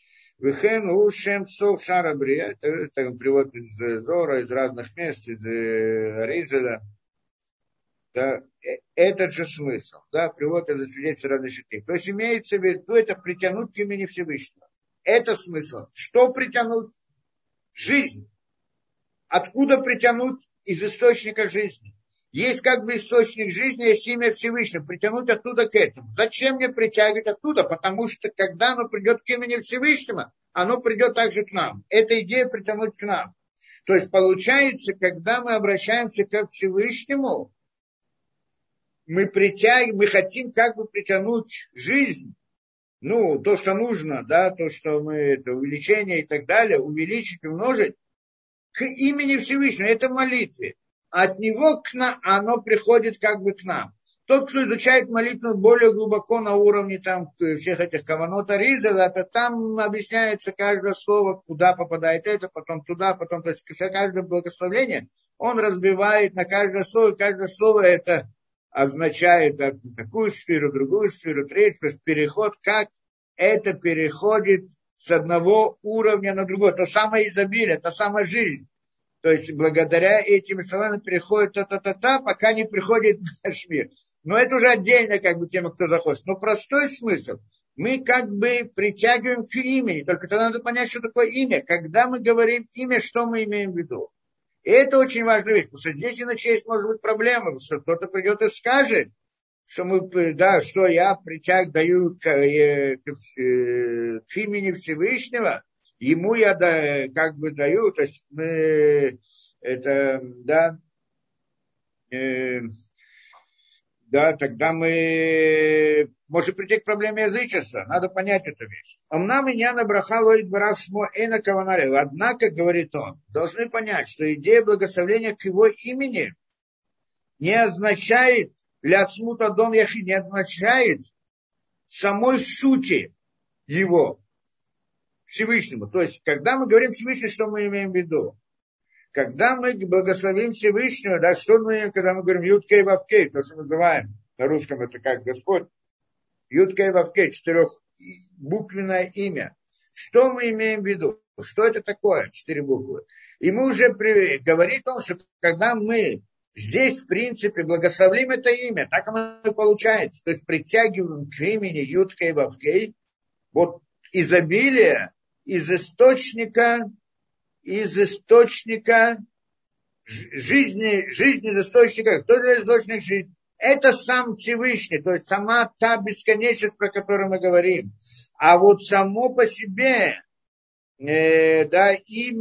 Вехен у шем сов шарабрия. Это перевод из Зора, из разных мест, из Ризеля. Да, этот же смысл, да, привод из свидетельства различных книг. То есть имеется в виду это притянуть к имени Всевышнего. Это смысл. Что притянуть? Жизнь. Откуда притянуть? Из источника жизни. Есть как бы источник жизни, есть имя Всевышнего. Притянуть оттуда к этому. Зачем мне притягивать оттуда? Потому что когда оно придет к имени Всевышнего, оно придет также к нам. Эта идея притянуть к нам. То есть получается, когда мы обращаемся к Всевышнему, мы притягиваем, мы хотим как бы притянуть жизнь, ну, то, что нужно, да, то, что мы, это увеличение и так далее, увеличить, умножить, к имени Всевышнего, это в молитве. От него к нам, оно приходит как бы к нам. Тот, кто изучает молитву более глубоко на уровне там, всех этих каванот Аризеля, то там объясняется каждое слово, куда попадает это, потом туда, потом, то есть каждое благословение, он разбивает на каждое слово это означает такую сферу, другую сферу, третью, то есть переход, как это переходит с одного уровня на другой. То самое изобилие, та самая жизнь. То есть благодаря этим словам переходит та-та-та-та, пока не приходит наш мир. Но это уже отдельная как бы тема, кто захочет. Но простой смысл. Мы как бы притягиваем к имени. Только тогда надо понять, что такое имя. Когда мы говорим имя, что мы имеем в виду. И это очень важная вещь, потому что здесь иначе есть, может быть, проблема, что кто-то придет и скажет, что мы, да, что я даю к имени Всевышнего, ему я как бы даю, то есть мы, это, да, да, тогда мы можем прийти к проблеме язычества. Надо понять эту вещь. Омнам меня набрахало и дворах шмо эна каванаре. Однако, говорит он, должны понять, что идея благословения к его имени не означает ляцмута дон яхи, не означает самой сути его Всевышнему. То есть, когда мы говорим Всевышний, что мы имеем в виду? Когда мы благословим Всевышнего, да, что мы, когда мы говорим Юд-Кей Вав-Кей, то, что называем на русском, это как Господь, Юд-Кей Вав-Кей, четырехбуквенное имя. Что мы имеем в виду? Что это такое, 4 буквы? И мы уже говорим о том, что когда мы здесь, в принципе, благословим это имя, так оно и получается. То есть притягиваем к имени Юд-Кей Вав-Кей, вот изобилие из источника жизни из источника. Что за источник жизни? Это сам Всевышний, то есть сама та бесконечность, про которую мы говорим. А вот само по себе, то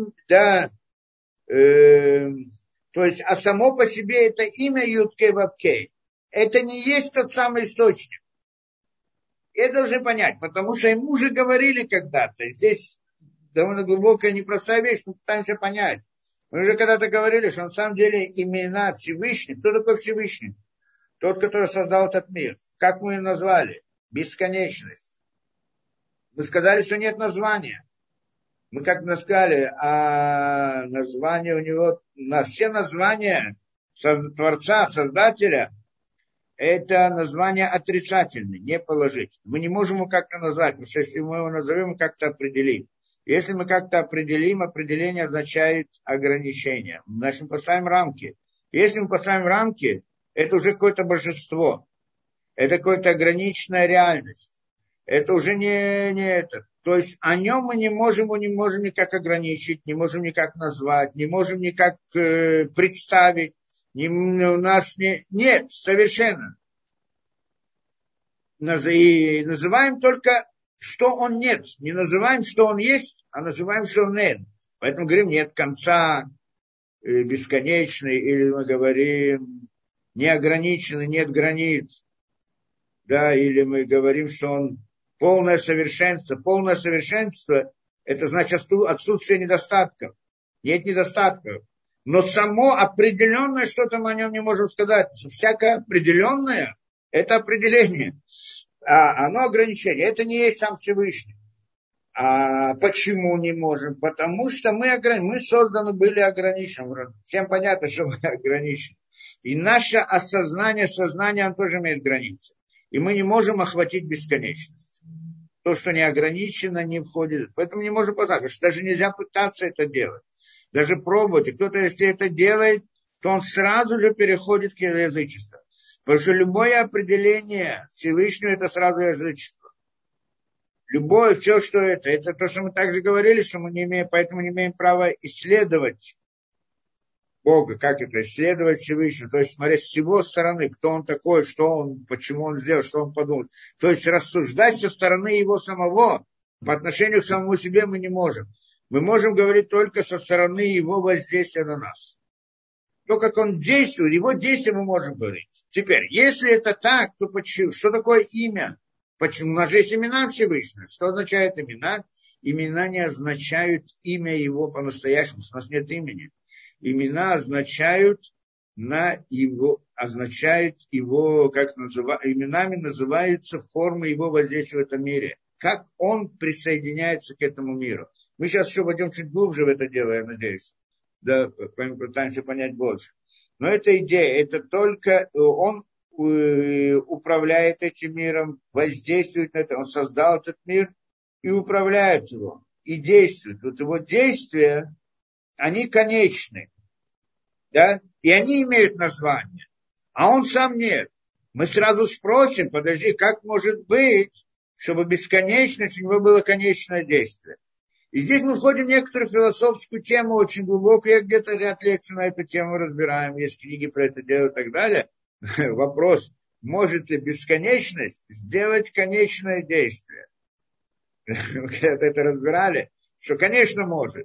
есть, а само по себе это имя Юд-Кей Вав-Кей, это не есть тот самый источник. Это должны понять, потому что ему уже говорили когда-то, здесь довольно глубокая, непростая вещь, мы пытаемся понять. Мы уже когда-то говорили, что на самом деле имена Всевышний, кто такой Всевышний? Тот, который создал этот мир. Как мы его назвали? Бесконечность. Мы сказали, что нет названия. Мы как-то сказали, а название у него, все названия Творца, Создателя, это название отрицательное, не положительное. Мы не можем его как-то назвать, потому что если мы его назовем, мы как-то определим. Если мы как-то определим, определение означает ограничение. Значит, мы поставим рамки. Если мы поставим рамки, это уже какое-то божество. Это какая-то ограниченная реальность. Это уже не это. То есть о нем мы не можем никак ограничить, не можем никак назвать, не можем никак представить. У нас нет, совершенно. И называем только, что он нет. Не называем, что он есть, а называем, что он нет. Поэтому говорим, нет конца, бесконечный, или мы говорим, неограниченный, нет границ. Да, или мы говорим, что он полное совершенство. Полное совершенство – это значит отсутствие недостатков. Нет недостатков. Но само определенное что-то мы о нем не можем сказать. Всякое определенное – это определение. А оно ограничение. Это не есть сам Всевышний. А почему не можем? Потому что мы созданы были ограничены. Всем понятно, что мы ограничены. И наше осознание, сознание, оно тоже имеет границы. И мы не можем охватить бесконечность. То, что не ограничено, не входит. Поэтому не можно познать, потому что даже нельзя пытаться это делать. Даже пробовать. И кто-то, если это делает, то он сразу же переходит к язычеству. Потому что любое определение Всевышнего – это сразу язычество. Любое, все, что это то, что мы также говорили, что мы не имеем, поэтому не имеем права исследовать Бога, как это, исследовать Всевышнего, то есть смотреть с его стороны, кто он такой, что он, почему он сделал, что он подумал. То есть рассуждать со стороны его самого, по отношению к самому себе мы не можем. Мы можем говорить только со стороны его воздействия на нас. То, как он действует, его действия мы можем говорить. Теперь, если это так, то почему? Что такое имя? Почему? У нас же есть имена Всевышнего. Что означает имена? Имена не означают имя его по-настоящему, у нас нет имени. Имена означают именами называются формы его воздействия в этом мире. Как он присоединяется к этому миру. Мы сейчас еще пойдем чуть глубже в это дело, я надеюсь. Да, пытаемся понять больше. Но эта идея, это только он управляет этим миром, воздействует на это, он создал этот мир и управляет его, и действует. Вот его действия, они конечны, да, и они имеют название, а он сам нет. Мы сразу спросим, подожди, как может быть, чтобы бесконечность у него было конечное действие? И здесь мы входим в некоторую философскую тему, очень глубокую, я где-то ряд лекций на эту тему разбираем, есть книги про это дело и так далее. Вопрос, может ли бесконечность сделать конечное действие? Мы когда-то это разбирали, что, конечно, может.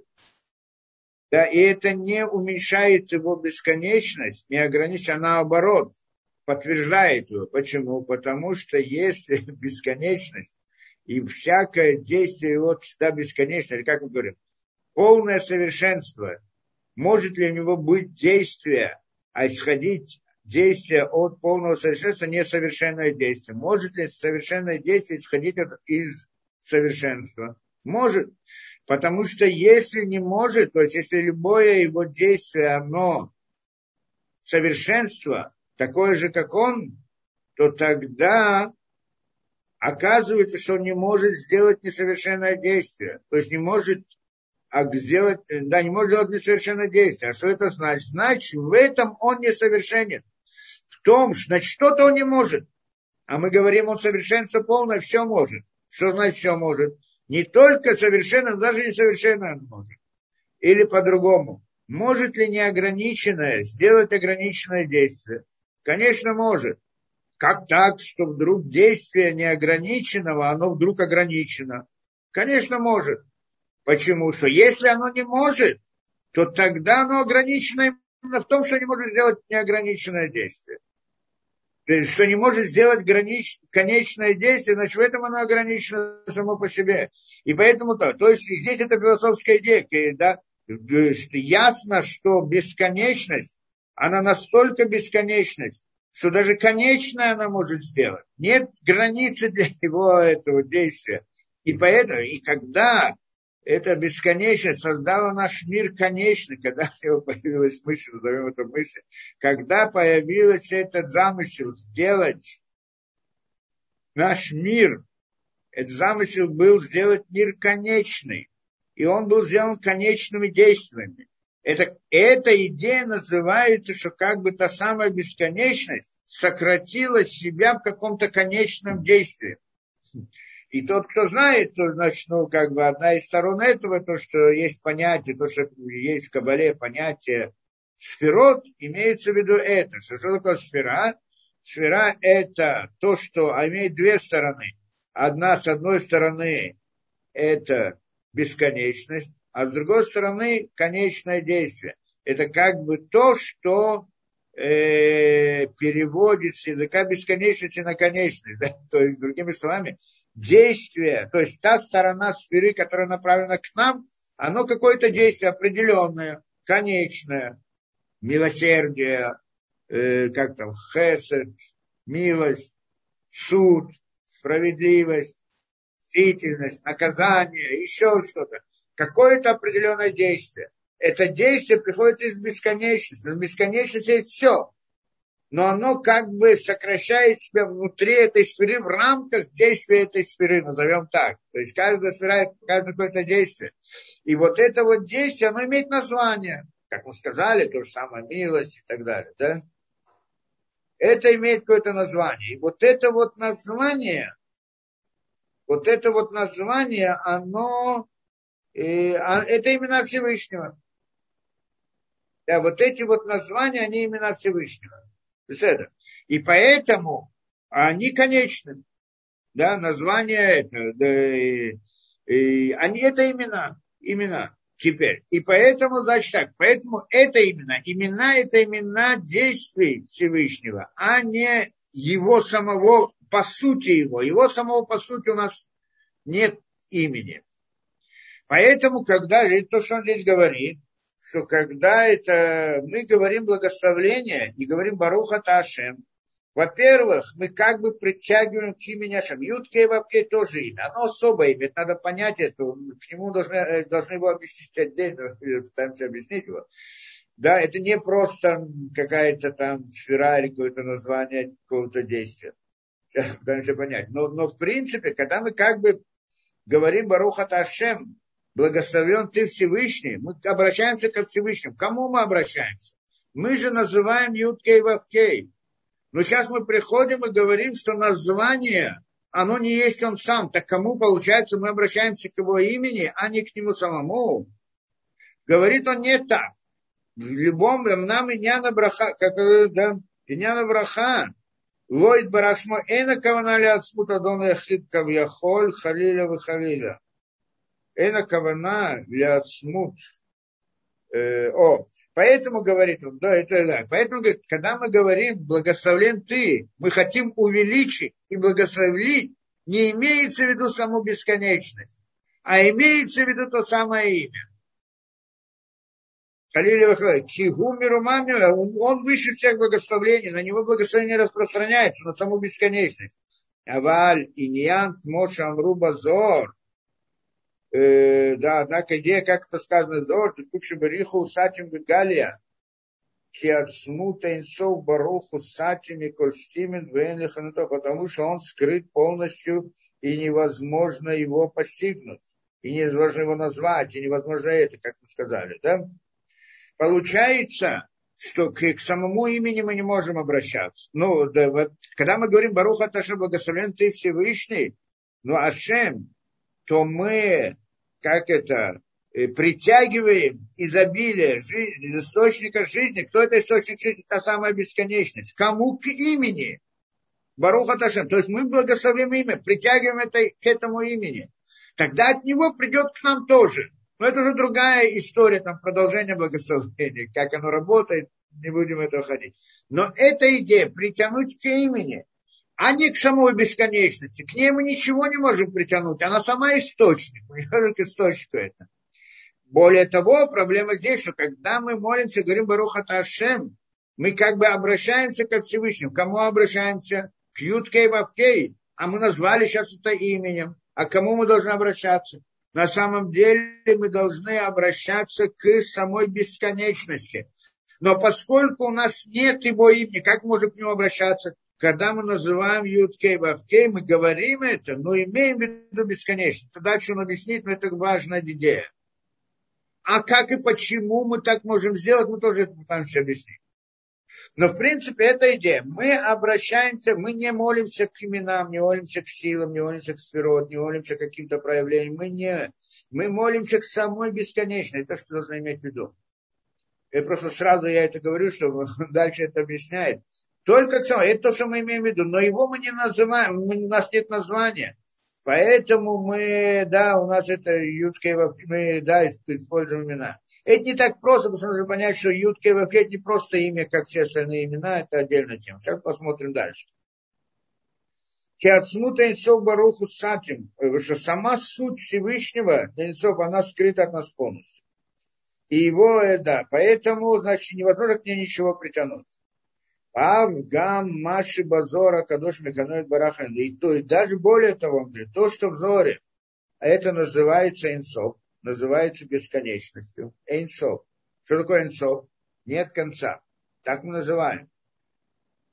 Да, и это не уменьшает его бесконечность, не ограничивает, а наоборот, подтверждает его. Почему? Потому что если бесконечность и всякое действие его всегда бесконечно, или как мы говорим, полное совершенство, может ли у него быть действие, а исходить действие от полного совершенства, несовершенное действие? Может ли совершенное действие исходить из совершенства? Может. Потому что если не может, то есть если любое его действие, оно совершенство, такое же, как он, то тогда оказывается, что он не может сделать несовершенное действие. То есть не может сделать несовершенное действие. А что это значит? Значит, в этом он несовершенен. В том, значит, что-то он не может. А мы говорим, он совершенство полное, все может. Что значит все может? Не только совершенно, но даже несовершенно он может. Или по-другому. Может ли неограниченное сделать ограниченное действие? Конечно, может. Как так, что вдруг действие неограниченного, оно вдруг ограничено? Конечно, может. Почему? Что если оно не может, то тогда оно ограничено именно в том, что не может сделать неограниченное действие. То есть, что не может сделать конечное действие, значит, в этом оно ограничено само по себе. И поэтому то есть здесь это философская идея, да, ясно, что бесконечность, она настолько бесконечность, что даже конечное она может сделать. Нет границы для его этого действия. И поэтому, и когда эта бесконечность создала наш мир конечный, когда у него появилась мысль, назовем это мысль, когда появился этот замысел сделать наш мир, этот замысел был сделать мир конечный, и он был сделан конечными действиями. Эта идея называется, что как бы та самая бесконечность сократила себя в каком-то конечном действии. И тот, кто знает, то, значит, одна из сторон этого, то, что есть понятие, то, что есть в Кабале понятие сферот, имеется в виду это. Что такое сфера? Сфера – это то, что имеет две стороны. Одна, с одной стороны, это бесконечность, а с другой стороны, конечное действие. Это как бы то, что переводит с языка бесконечности на конечность. Да? То есть, другими словами, действие, то есть та сторона сферы, которая направлена к нам, оно какое-то действие определенное, конечное, милосердие, хесед, милость, суд, справедливость, мстительность, наказание, еще что-то. Какое-то определенное действие. Это действие приходит из бесконечности. Но в бесконечности есть все. но оно как бы сокращает себя внутри этой сферы, в рамках действия этой сферы, назовем так. То есть каждая сфера, каждое какое-то действие. И вот это вот действие, оно имеет название. Как мы сказали, то же самое милость и так далее, да? Это имеет какое-то название. И вот это вот название, оно, это имена Всевышнего. Да, вот эти вот названия, они имена Всевышнего. И поэтому они конечны. Да, название это, да, они это имена теперь. И поэтому, значит так, поэтому это имена это имена действий Всевышнего, а не его самого, по сути его самого по сути у нас нет имени. Поэтому, когда, это то, что он здесь говорит, что когда это мы говорим благословление и говорим Барух ата Ашем, во-первых, мы как бы притягиваем к имени Ашем. Ютке и Вавке тоже имя. Оно особое имя. Это надо понять это. К нему должны его объяснить отдельно. Пытаемся объяснить его. Да, это не просто какая-то там сфера или какое-то название какого-то действия. Пытаемся понять. Но в принципе, когда мы как бы говорим Барух ата Ашем, благословен ты Всевышний, мы обращаемся ко Всевышнему. К кому мы обращаемся? Мы же называем Юткей и Вавкей. Но сейчас мы приходим и говорим, что название, оно не есть он сам. Так кому, получается, мы обращаемся к его имени, а не к нему самому? Говорит он не так. В любом нам иньяна браха, как да, иньяна браха, лоид барашмо эна кавана ли отсмута дон яхид кавьяхоль халиля вихалиля. Эна кавана ли отсмут. Поэтому, говорит он, да, это да. Поэтому, говорит, когда мы говорим «благословлен ты», мы хотим увеличить и благословить, не имеется в виду саму бесконечность, а имеется в виду то самое имя. Он выше всех благословений, на него благословение распространяется, на саму бесконечность. Аваль иньян тмош амру базор. Да, однако идея, как это сказано, Зор, Кукши Бариху Сатим Галия, Киацмута Инсов Баруху Сатим и Кольштимен Венлиханато, потому что он скрыт полностью и невозможно его постигнуть, и невозможно его назвать, и невозможно это, как мы сказали, да? Получается, что к самому имени мы не можем обращаться. Ну, да, вот, когда мы говорим Барух ата Ашем, благословен ты Всевышний, ну, Ашем, то мы, притягиваем изобилие жизни, из источника жизни. Кто это источник жизни? Та самая бесконечность. Кому к имени? Барух ата Ашем. То есть мы благословим имя, притягиваем это к этому имени. Тогда от него придет к нам тоже. Но это уже другая история, там продолжение благословения. Как оно работает, не будем этого ходить. Но эта идея, притянуть к имени, а не к самой бесконечности. К ней мы ничего не можем притянуть. Она сама источник. Мы не можем к источнику это. Более того, проблема здесь, что когда мы молимся, говорим Барух ата Ашем, мы как бы обращаемся ко Всевышнему. К кому обращаемся? К Юткей Вавкей. А мы назвали сейчас это именем. А к кому мы должны обращаться? На самом деле мы должны обращаться к самой бесконечности. Но поскольку у нас нет его имени, как мы можем к нему обращаться? Когда мы называем Юткей Вавкей, мы говорим это, но имеем в виду бесконечность. Дальше он объяснит, но это важная идея. А как и почему мы так можем сделать, мы тоже это пытаемся объяснить. Но в принципе это идея. Мы обращаемся, мы не молимся к именам, не молимся к силам, не молимся к сферот, не молимся к каким-то проявлениям. Мы молимся к самой бесконечности. Это что должно иметь в виду. И просто сразу я это говорю, что дальше это объясняет. Только к самому, это то, что мы имеем в виду. Но его мы не называем, у нас нет названия. Поэтому мы, да, у нас это Юткей Вавкей, мы, да, используем имена. Это не так просто, потому что нужно понять, что Юткей Вавкей это не просто имя, как все остальные имена, это отдельная тема. Сейчас посмотрим дальше. Киацмута Инсов Баруху Сатим, что сама суть Всевышнего, Инсов, она скрыта от нас полностью. И его, да, поэтому, значит, невозможно к ней ничего притянуть. Гам, Маши, Базора, Кадош, Механоид, Барахан. И то, и даже более того, он говорит, то, что в Зоре, это называется Инсов, называется бесконечностью. Инсов. Что такое Инсов? Нет конца. Так мы называем.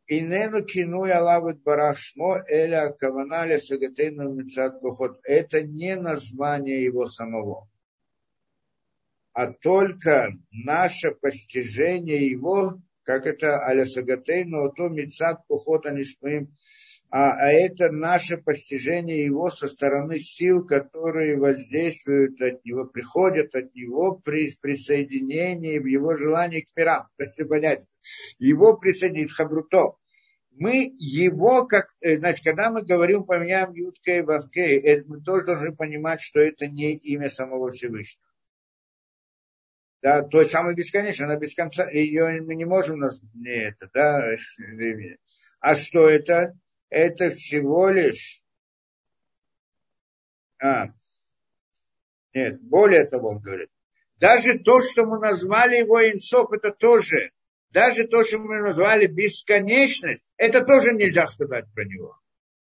Инену кинуй алавит барашмо эля каваналя сагатейну мицат кохот. Это не название его самого, а только наше постижение его, как это аля сагатейну, то мицат кохот анишмаим. А это наше постижение его со стороны сил, которые воздействуют от него, приходят от него при присоединении в его желании к мирам. Это понятно. Его присоединить хабруто. Мы его, значит, когда мы говорим, поменяем Юдка и Вавкей, мы тоже должны понимать, что это не имя самого Всевышнего. Да, то есть самое бесконечное, она без конца, ее мы не можем не это, да, а что это? Это всего лишь, нет, более того, он говорит, даже то, что мы назвали его Инсоф, это тоже, даже то, что мы назвали бесконечность, это тоже нельзя сказать про него.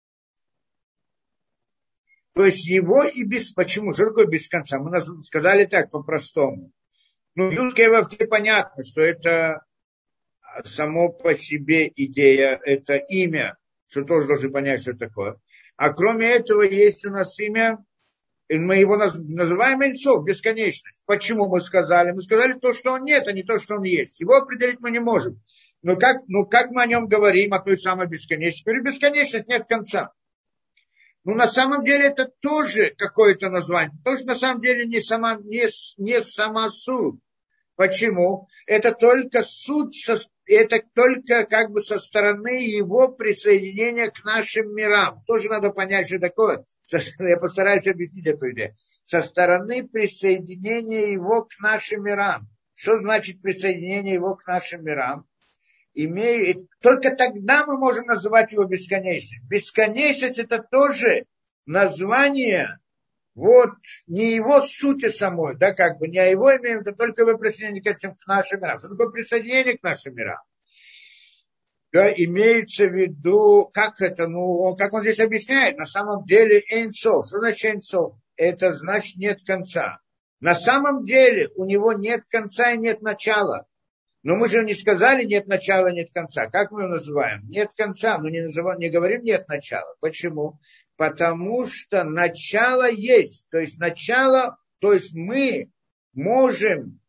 То есть его и без, почему? Что такое без конца? Мы сказали так, по-простому. Ну, Юдка и Вавкей понятно, что это само по себе идея, это имя, что тоже должны понять, что это такое. А кроме этого, есть у нас имя, мы его называем Эйнсоф, бесконечность. Почему мы сказали? Мы сказали то, что он нет, а не то, что он есть. Его определить мы не можем. Но как мы о нем говорим, о той самой бесконечности? Говорю, бесконечность нет конца. Ну, на самом деле, это тоже какое-то название. Потому что на самом деле не сама суть. Почему? Это только суть, это только как бы со стороны его присоединения к нашим мирам. Тоже надо понять, что такое. Я постараюсь объяснить эту идею. Со стороны присоединения его к нашим мирам. Что значит присоединение его к нашим мирам? Только тогда мы можем называть его бесконечность. Бесконечность это тоже название, вот, не его сути самой, да, как бы, не о его имеем, это только его присоединение к нашим мирам. Что такое присоединение к нашим мирам? Да, имеется в виду, как это, как он здесь объясняет, на самом деле Эйнсоф. Что значит Эйнсоф? Это значит нет конца. На самом деле у него нет конца и нет начала. Но мы же не сказали нет начала, нет конца. Как мы его называем? Нет конца, но не говорим нет начала. Почему? Потому что начало есть. То есть мы можем,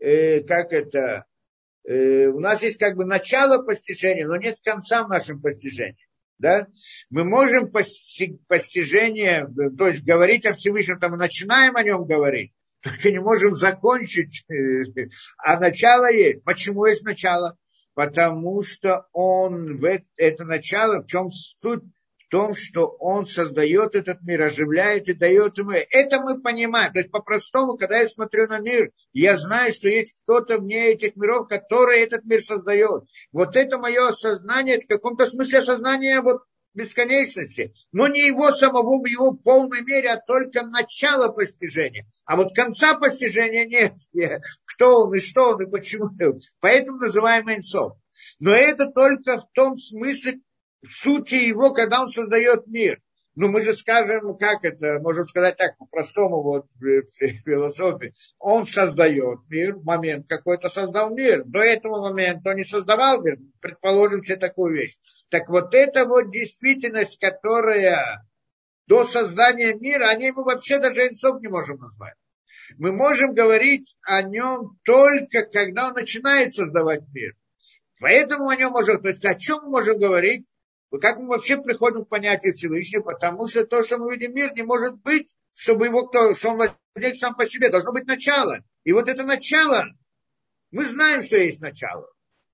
у нас есть как бы начало постижения, но нет конца в нашем постижении. Да? Мы можем постижение, то есть говорить о Всевышнем, там мы начинаем о нем говорить, только не можем закончить, а начало есть. Почему есть начало? Потому что это начало, в чем суть? В том, что он создает этот мир, оживляет и дает ему. Это мы понимаем. То есть по-простому, когда я смотрю на мир, я знаю, что есть кто-то вне этих миров, который этот мир создает. Вот это мое осознание, это в каком-то смысле осознание вот бесконечности. Но не его самого в его полной мере, а только начало постижения. А вот конца постижения нет. Кто он и что он и почему. Поэтому называем Эйнсоф. Но это только в том смысле, в сути его, когда он создает мир. Ну, мы же скажем, как это, можем сказать так, по-простому, вот, в философии. Он создает мир, в момент какой-то создал мир. До этого момента он не создавал мир. Предположим себе такую вещь. Так вот эта вот действительность, которая до создания мира, о ней мы вообще даже Эйнсоф не можем назвать. Мы можем говорить о нем только, когда он начинает создавать мир. Поэтому о нем можем, то есть о чем мы можем говорить? Как мы вообще приходим к понятию Всевышнего? Потому что то, что мы видим мир, не может быть, чтобы что он владеет сам по себе. Должно быть начало. И вот это начало, мы знаем, что есть начало.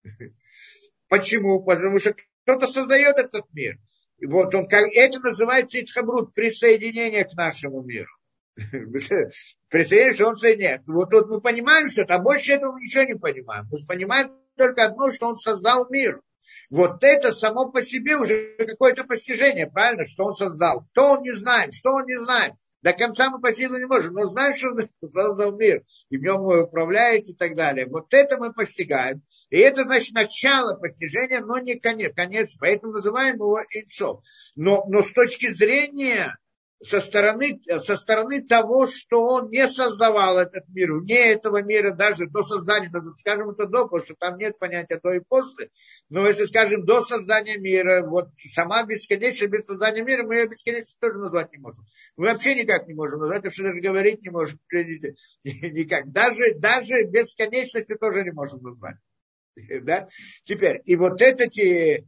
Почему? Потому что кто-то создает этот мир. И вот это называется итхабрут, присоединение к нашему миру. Присоединение, что он соединяет. Вот тут мы понимаем что-то, а больше этого мы ничего не понимаем. Мы понимаем только одно, что он создал мир. Вот это само по себе уже какое-то постижение, правильно, что он создал. Кто он, не знаем, что он, не знаем. До конца мы постигнуть не можем, но знаем, что он создал мир, и в нем управляет и так далее. Вот это мы постигаем. И это значит начало постижения, но не конец. Поэтому называем его Эйнсоф. Но с точки зрения со стороны того, что он не создавал этот мир, вне этого мира, даже до создания, даже скажем это до, потому что там нет понятия до и после, но если скажем до создания мира, вот сама бесконечность без создания мира, мы ее бесконечность тоже назвать не можем. Мы вообще никак не можем назвать, потому что даже говорить не можем, никак. Даже бесконечности тоже не можем назвать. Да? Теперь, и вот эти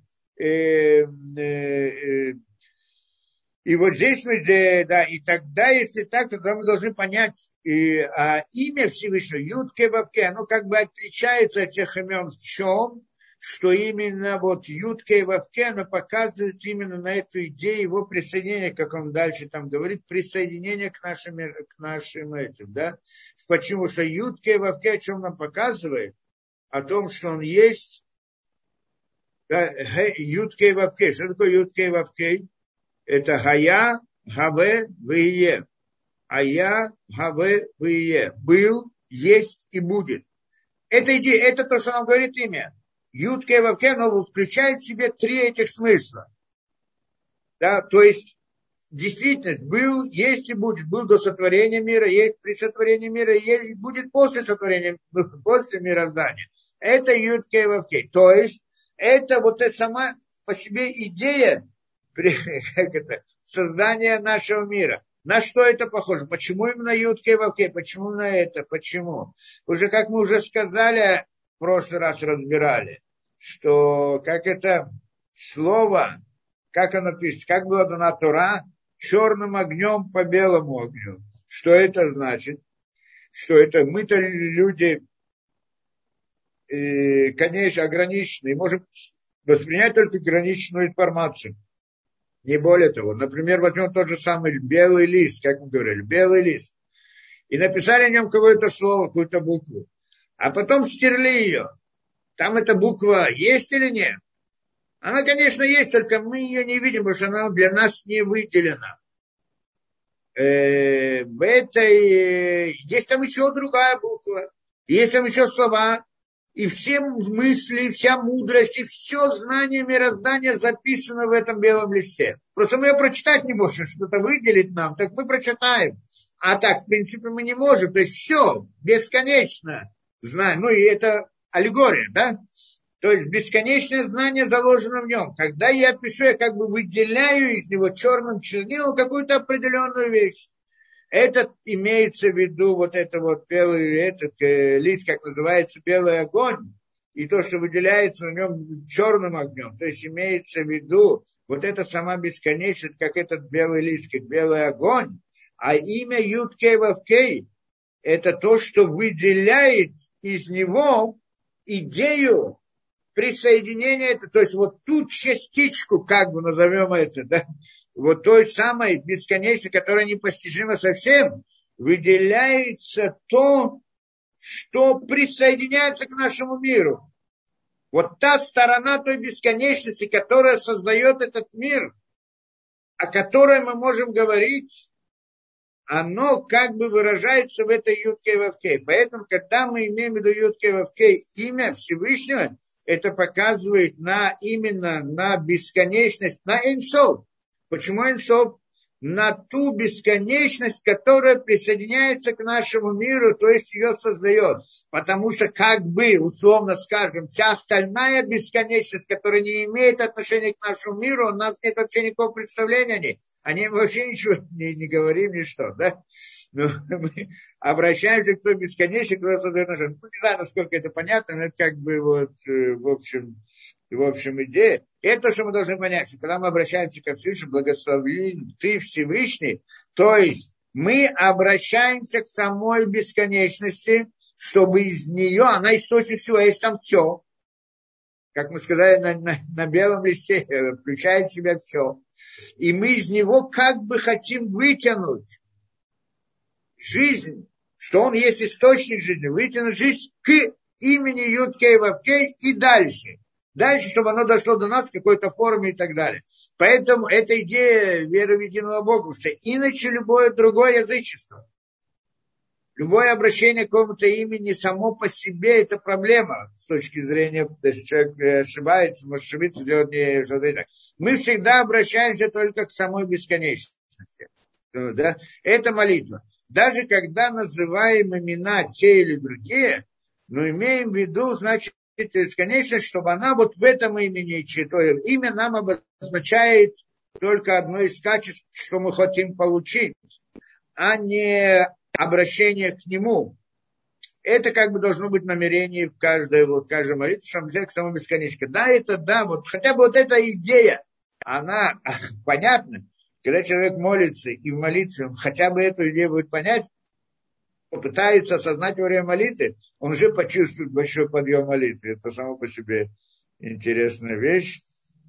и вот здесь мы, да, и тогда, если так, тогда мы должны понять, имя Всевышнего, Юд-Ке, Вав-Ке, оно как бы отличается от всех имен в чем, что именно вот Юд-Ке, Вав-Ке, оно показывает именно на эту идею его присоединения, как он дальше там говорит, присоединение к нашим этим, да. Почему? Что Юд-Ке, Вав-Ке, о чем нам показывает? О том, что он есть, да, Юд-Ке, Вав-Ке. Что такое Юд-Ке, Вав-Ке? Это Гая, Гаве, Вие. Ая, Гаве, Вие. Был, есть и будет. Это идея, это то, что нам говорит имя. Юд-Ке, Вав-Ке, оно включает в себе три этих смысла. Да, то есть, действительность был, есть и будет. Был до сотворения мира, есть при сотворении мира, есть и будет после сотворения, после мироздания. Это Юд-Ке, Вав-Ке. То есть, это вот эта сама по себе идея, как это, создание нашего мира. На что это похоже? Почему именно Юд-Ке, Вав-Ке? Почему на это? Почему? Уже, как мы уже сказали, в прошлый раз разбирали, что как это слово, как оно пишет, как была дана Тора, черным огнем по белому огню. Что это значит? Что это мы-то люди, конечно, ограниченные, можем воспринять только ограниченную информацию. Не более того. Например, возьмем тот же самый белый лист, как мы говорили, белый лист. И написали о нем какое-то слово, какую-то букву. А потом стерли ее. Там эта буква есть или нет? Она, конечно, есть, только мы ее не видим, потому что она для нас не выделена. В этой есть там еще другая буква. Есть там еще слова. И все мысли, вся мудрость, и все знание мироздания записано в этом белом листе. Просто мы ее прочитать не можем, что-то выделить нам, так мы прочитаем. А так, в принципе, мы не можем. То есть все, бесконечно знаем. Ну и это аллегория, да? То есть бесконечное знание заложено в нем. Когда я пишу, я как бы выделяю из него черным чернилом какую-то определенную вещь. Это имеется в виду вот это вот белый этот лист, как называется, белый огонь, и то, что выделяется на нем черным огнем. То есть имеется в виду вот эта сама бесконечность, как этот белый лист, как белый огонь, а имя Юд-Кей Вав-Кей – это то, что выделяет из него идею присоединения, то есть вот ту частичку, как бы назовем это, да, вот той самой бесконечной, которая непостижима совсем, выделяется то, что присоединяется к нашему миру. Вот та сторона той бесконечности, которая создает этот мир, о которой мы можем говорить, оно как бы выражается в этой Юд-Кей Вав-Кей. Поэтому, когда мы имеем в виду Юд-Кей Вав-Кей, имя Всевышнего, это показывает именно на бесконечность, на Эйн-Соф. Почему Эйн-Соф? На ту бесконечность, которая присоединяется к нашему миру, то есть ее создает. Потому что, как бы, условно скажем, вся остальная бесконечность, которая не имеет отношения к нашему миру, у нас нет вообще никакого представления о ней. О ней мы вообще ничего не говорим, ничто, да? Но мы обращаемся к той бесконечности, которая создает нашу мир. Не знаю, насколько это понятно, но это как бы вот, в общем, идея. Это, что мы должны понять, что когда мы обращаемся ко Всевышнему, благослови ты Всевышний, то есть мы обращаемся к самой бесконечности, чтобы из нее, она источник всего, есть там все. Как мы сказали, на белом листе включает в себя все. И мы из него как бы хотим вытянуть жизнь, что он есть источник жизни, вытянуть жизнь к имени Юд-Кей Вав-Кей и дальше. Дальше, чтобы оно дошло до нас в какой-то форме и так далее. Поэтому эта идея веры в единого Бога, потому что иначе любое другое язычество, любое обращение к какому-то имени само по себе это проблема с точки зрения, если человек ошибается, может ошибиться, делать не что-то. Мы всегда обращаемся только к самой бесконечности. да, это молитва. Даже когда называем имена те или другие, но имеем в виду, значит, бесконечность, чтобы она вот в этом имени, то имя нам обозначает только одно из качеств, что мы хотим получить, а не обращение к нему. Это как бы должно быть намерение в каждой молитве, чтобы взять к самому бесконечности. Да, это да, вот хотя бы вот эта идея, она понятна. Когда человек молится и в молитве, он хотя бы эту идею будет понять, попытается осознать во время молитвы, он уже почувствует большой подъем молитвы. Это само по себе интересная вещь.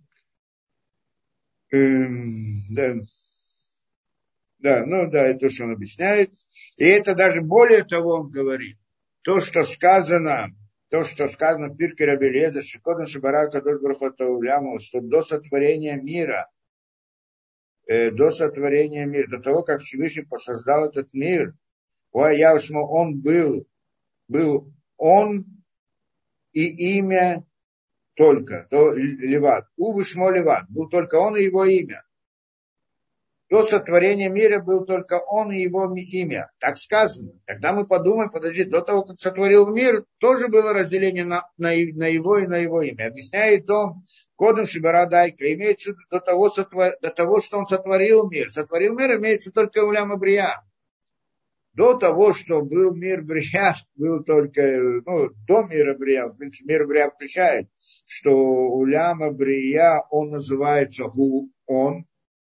Да. Да, это то, что он объясняет. И это даже более того он говорит. То, что сказано в Пирке Раби Элиэзер, Шикоден Шибара Кадош Барух Ху Уляму, что до сотворения мира, до того, как Всевышний создал этот мир, он был он и имя только, то Леват. Увышмо Леват, был только он и его имя. До сотворения мира был только он и его имя. Так сказано. Тогда мы подумаем, до того, как сотворил мир, тоже было разделение на его и на его имя. Объясняет он, Кодем Шибара Дайка, имеется в виду до того, что он сотворил мир. Сотворил мир, имеется только Улям и Брия. До того, что был мир Брия, был только, до мира Брия, в принципе, мир Брия включает, что Улям и Брия, он называется он,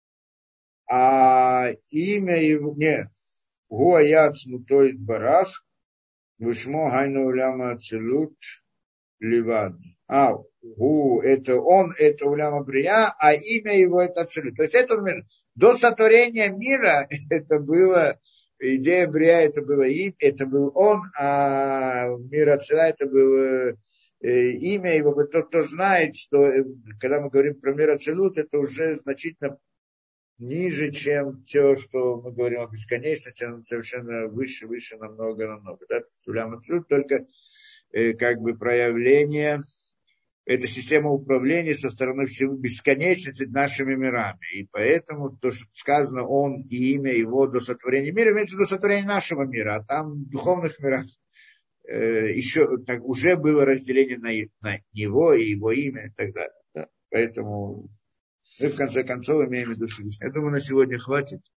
а имя его, Гуаяд Смутоид Барах, Вышмо Гайну Уляма Ацелут Ливад. Гу, это он, это Уляма Брия, а имя его это Ацелут. То есть это до сотворения мира это было, идея Брия это было имя, это был он, а мир Ацела это было имя его. Тот, кто знает, что когда мы говорим про мир Ацелут, это уже значительно ниже, чем то, что мы говорим о бесконечности, оно совершенно выше намного. Да? Сулям Ацелут только как бы проявление, это система управления со стороны всего бесконечности нашими мирами. И поэтому то, что сказано он и имя его до сотворения мира, имеется до сотворения нашего мира, а там в духовных мирах еще уже было разделение на него и его имя и так далее. Да? Поэтому мы, в конце концов, имеем в виду Всевышний. Я думаю, на сегодня хватит.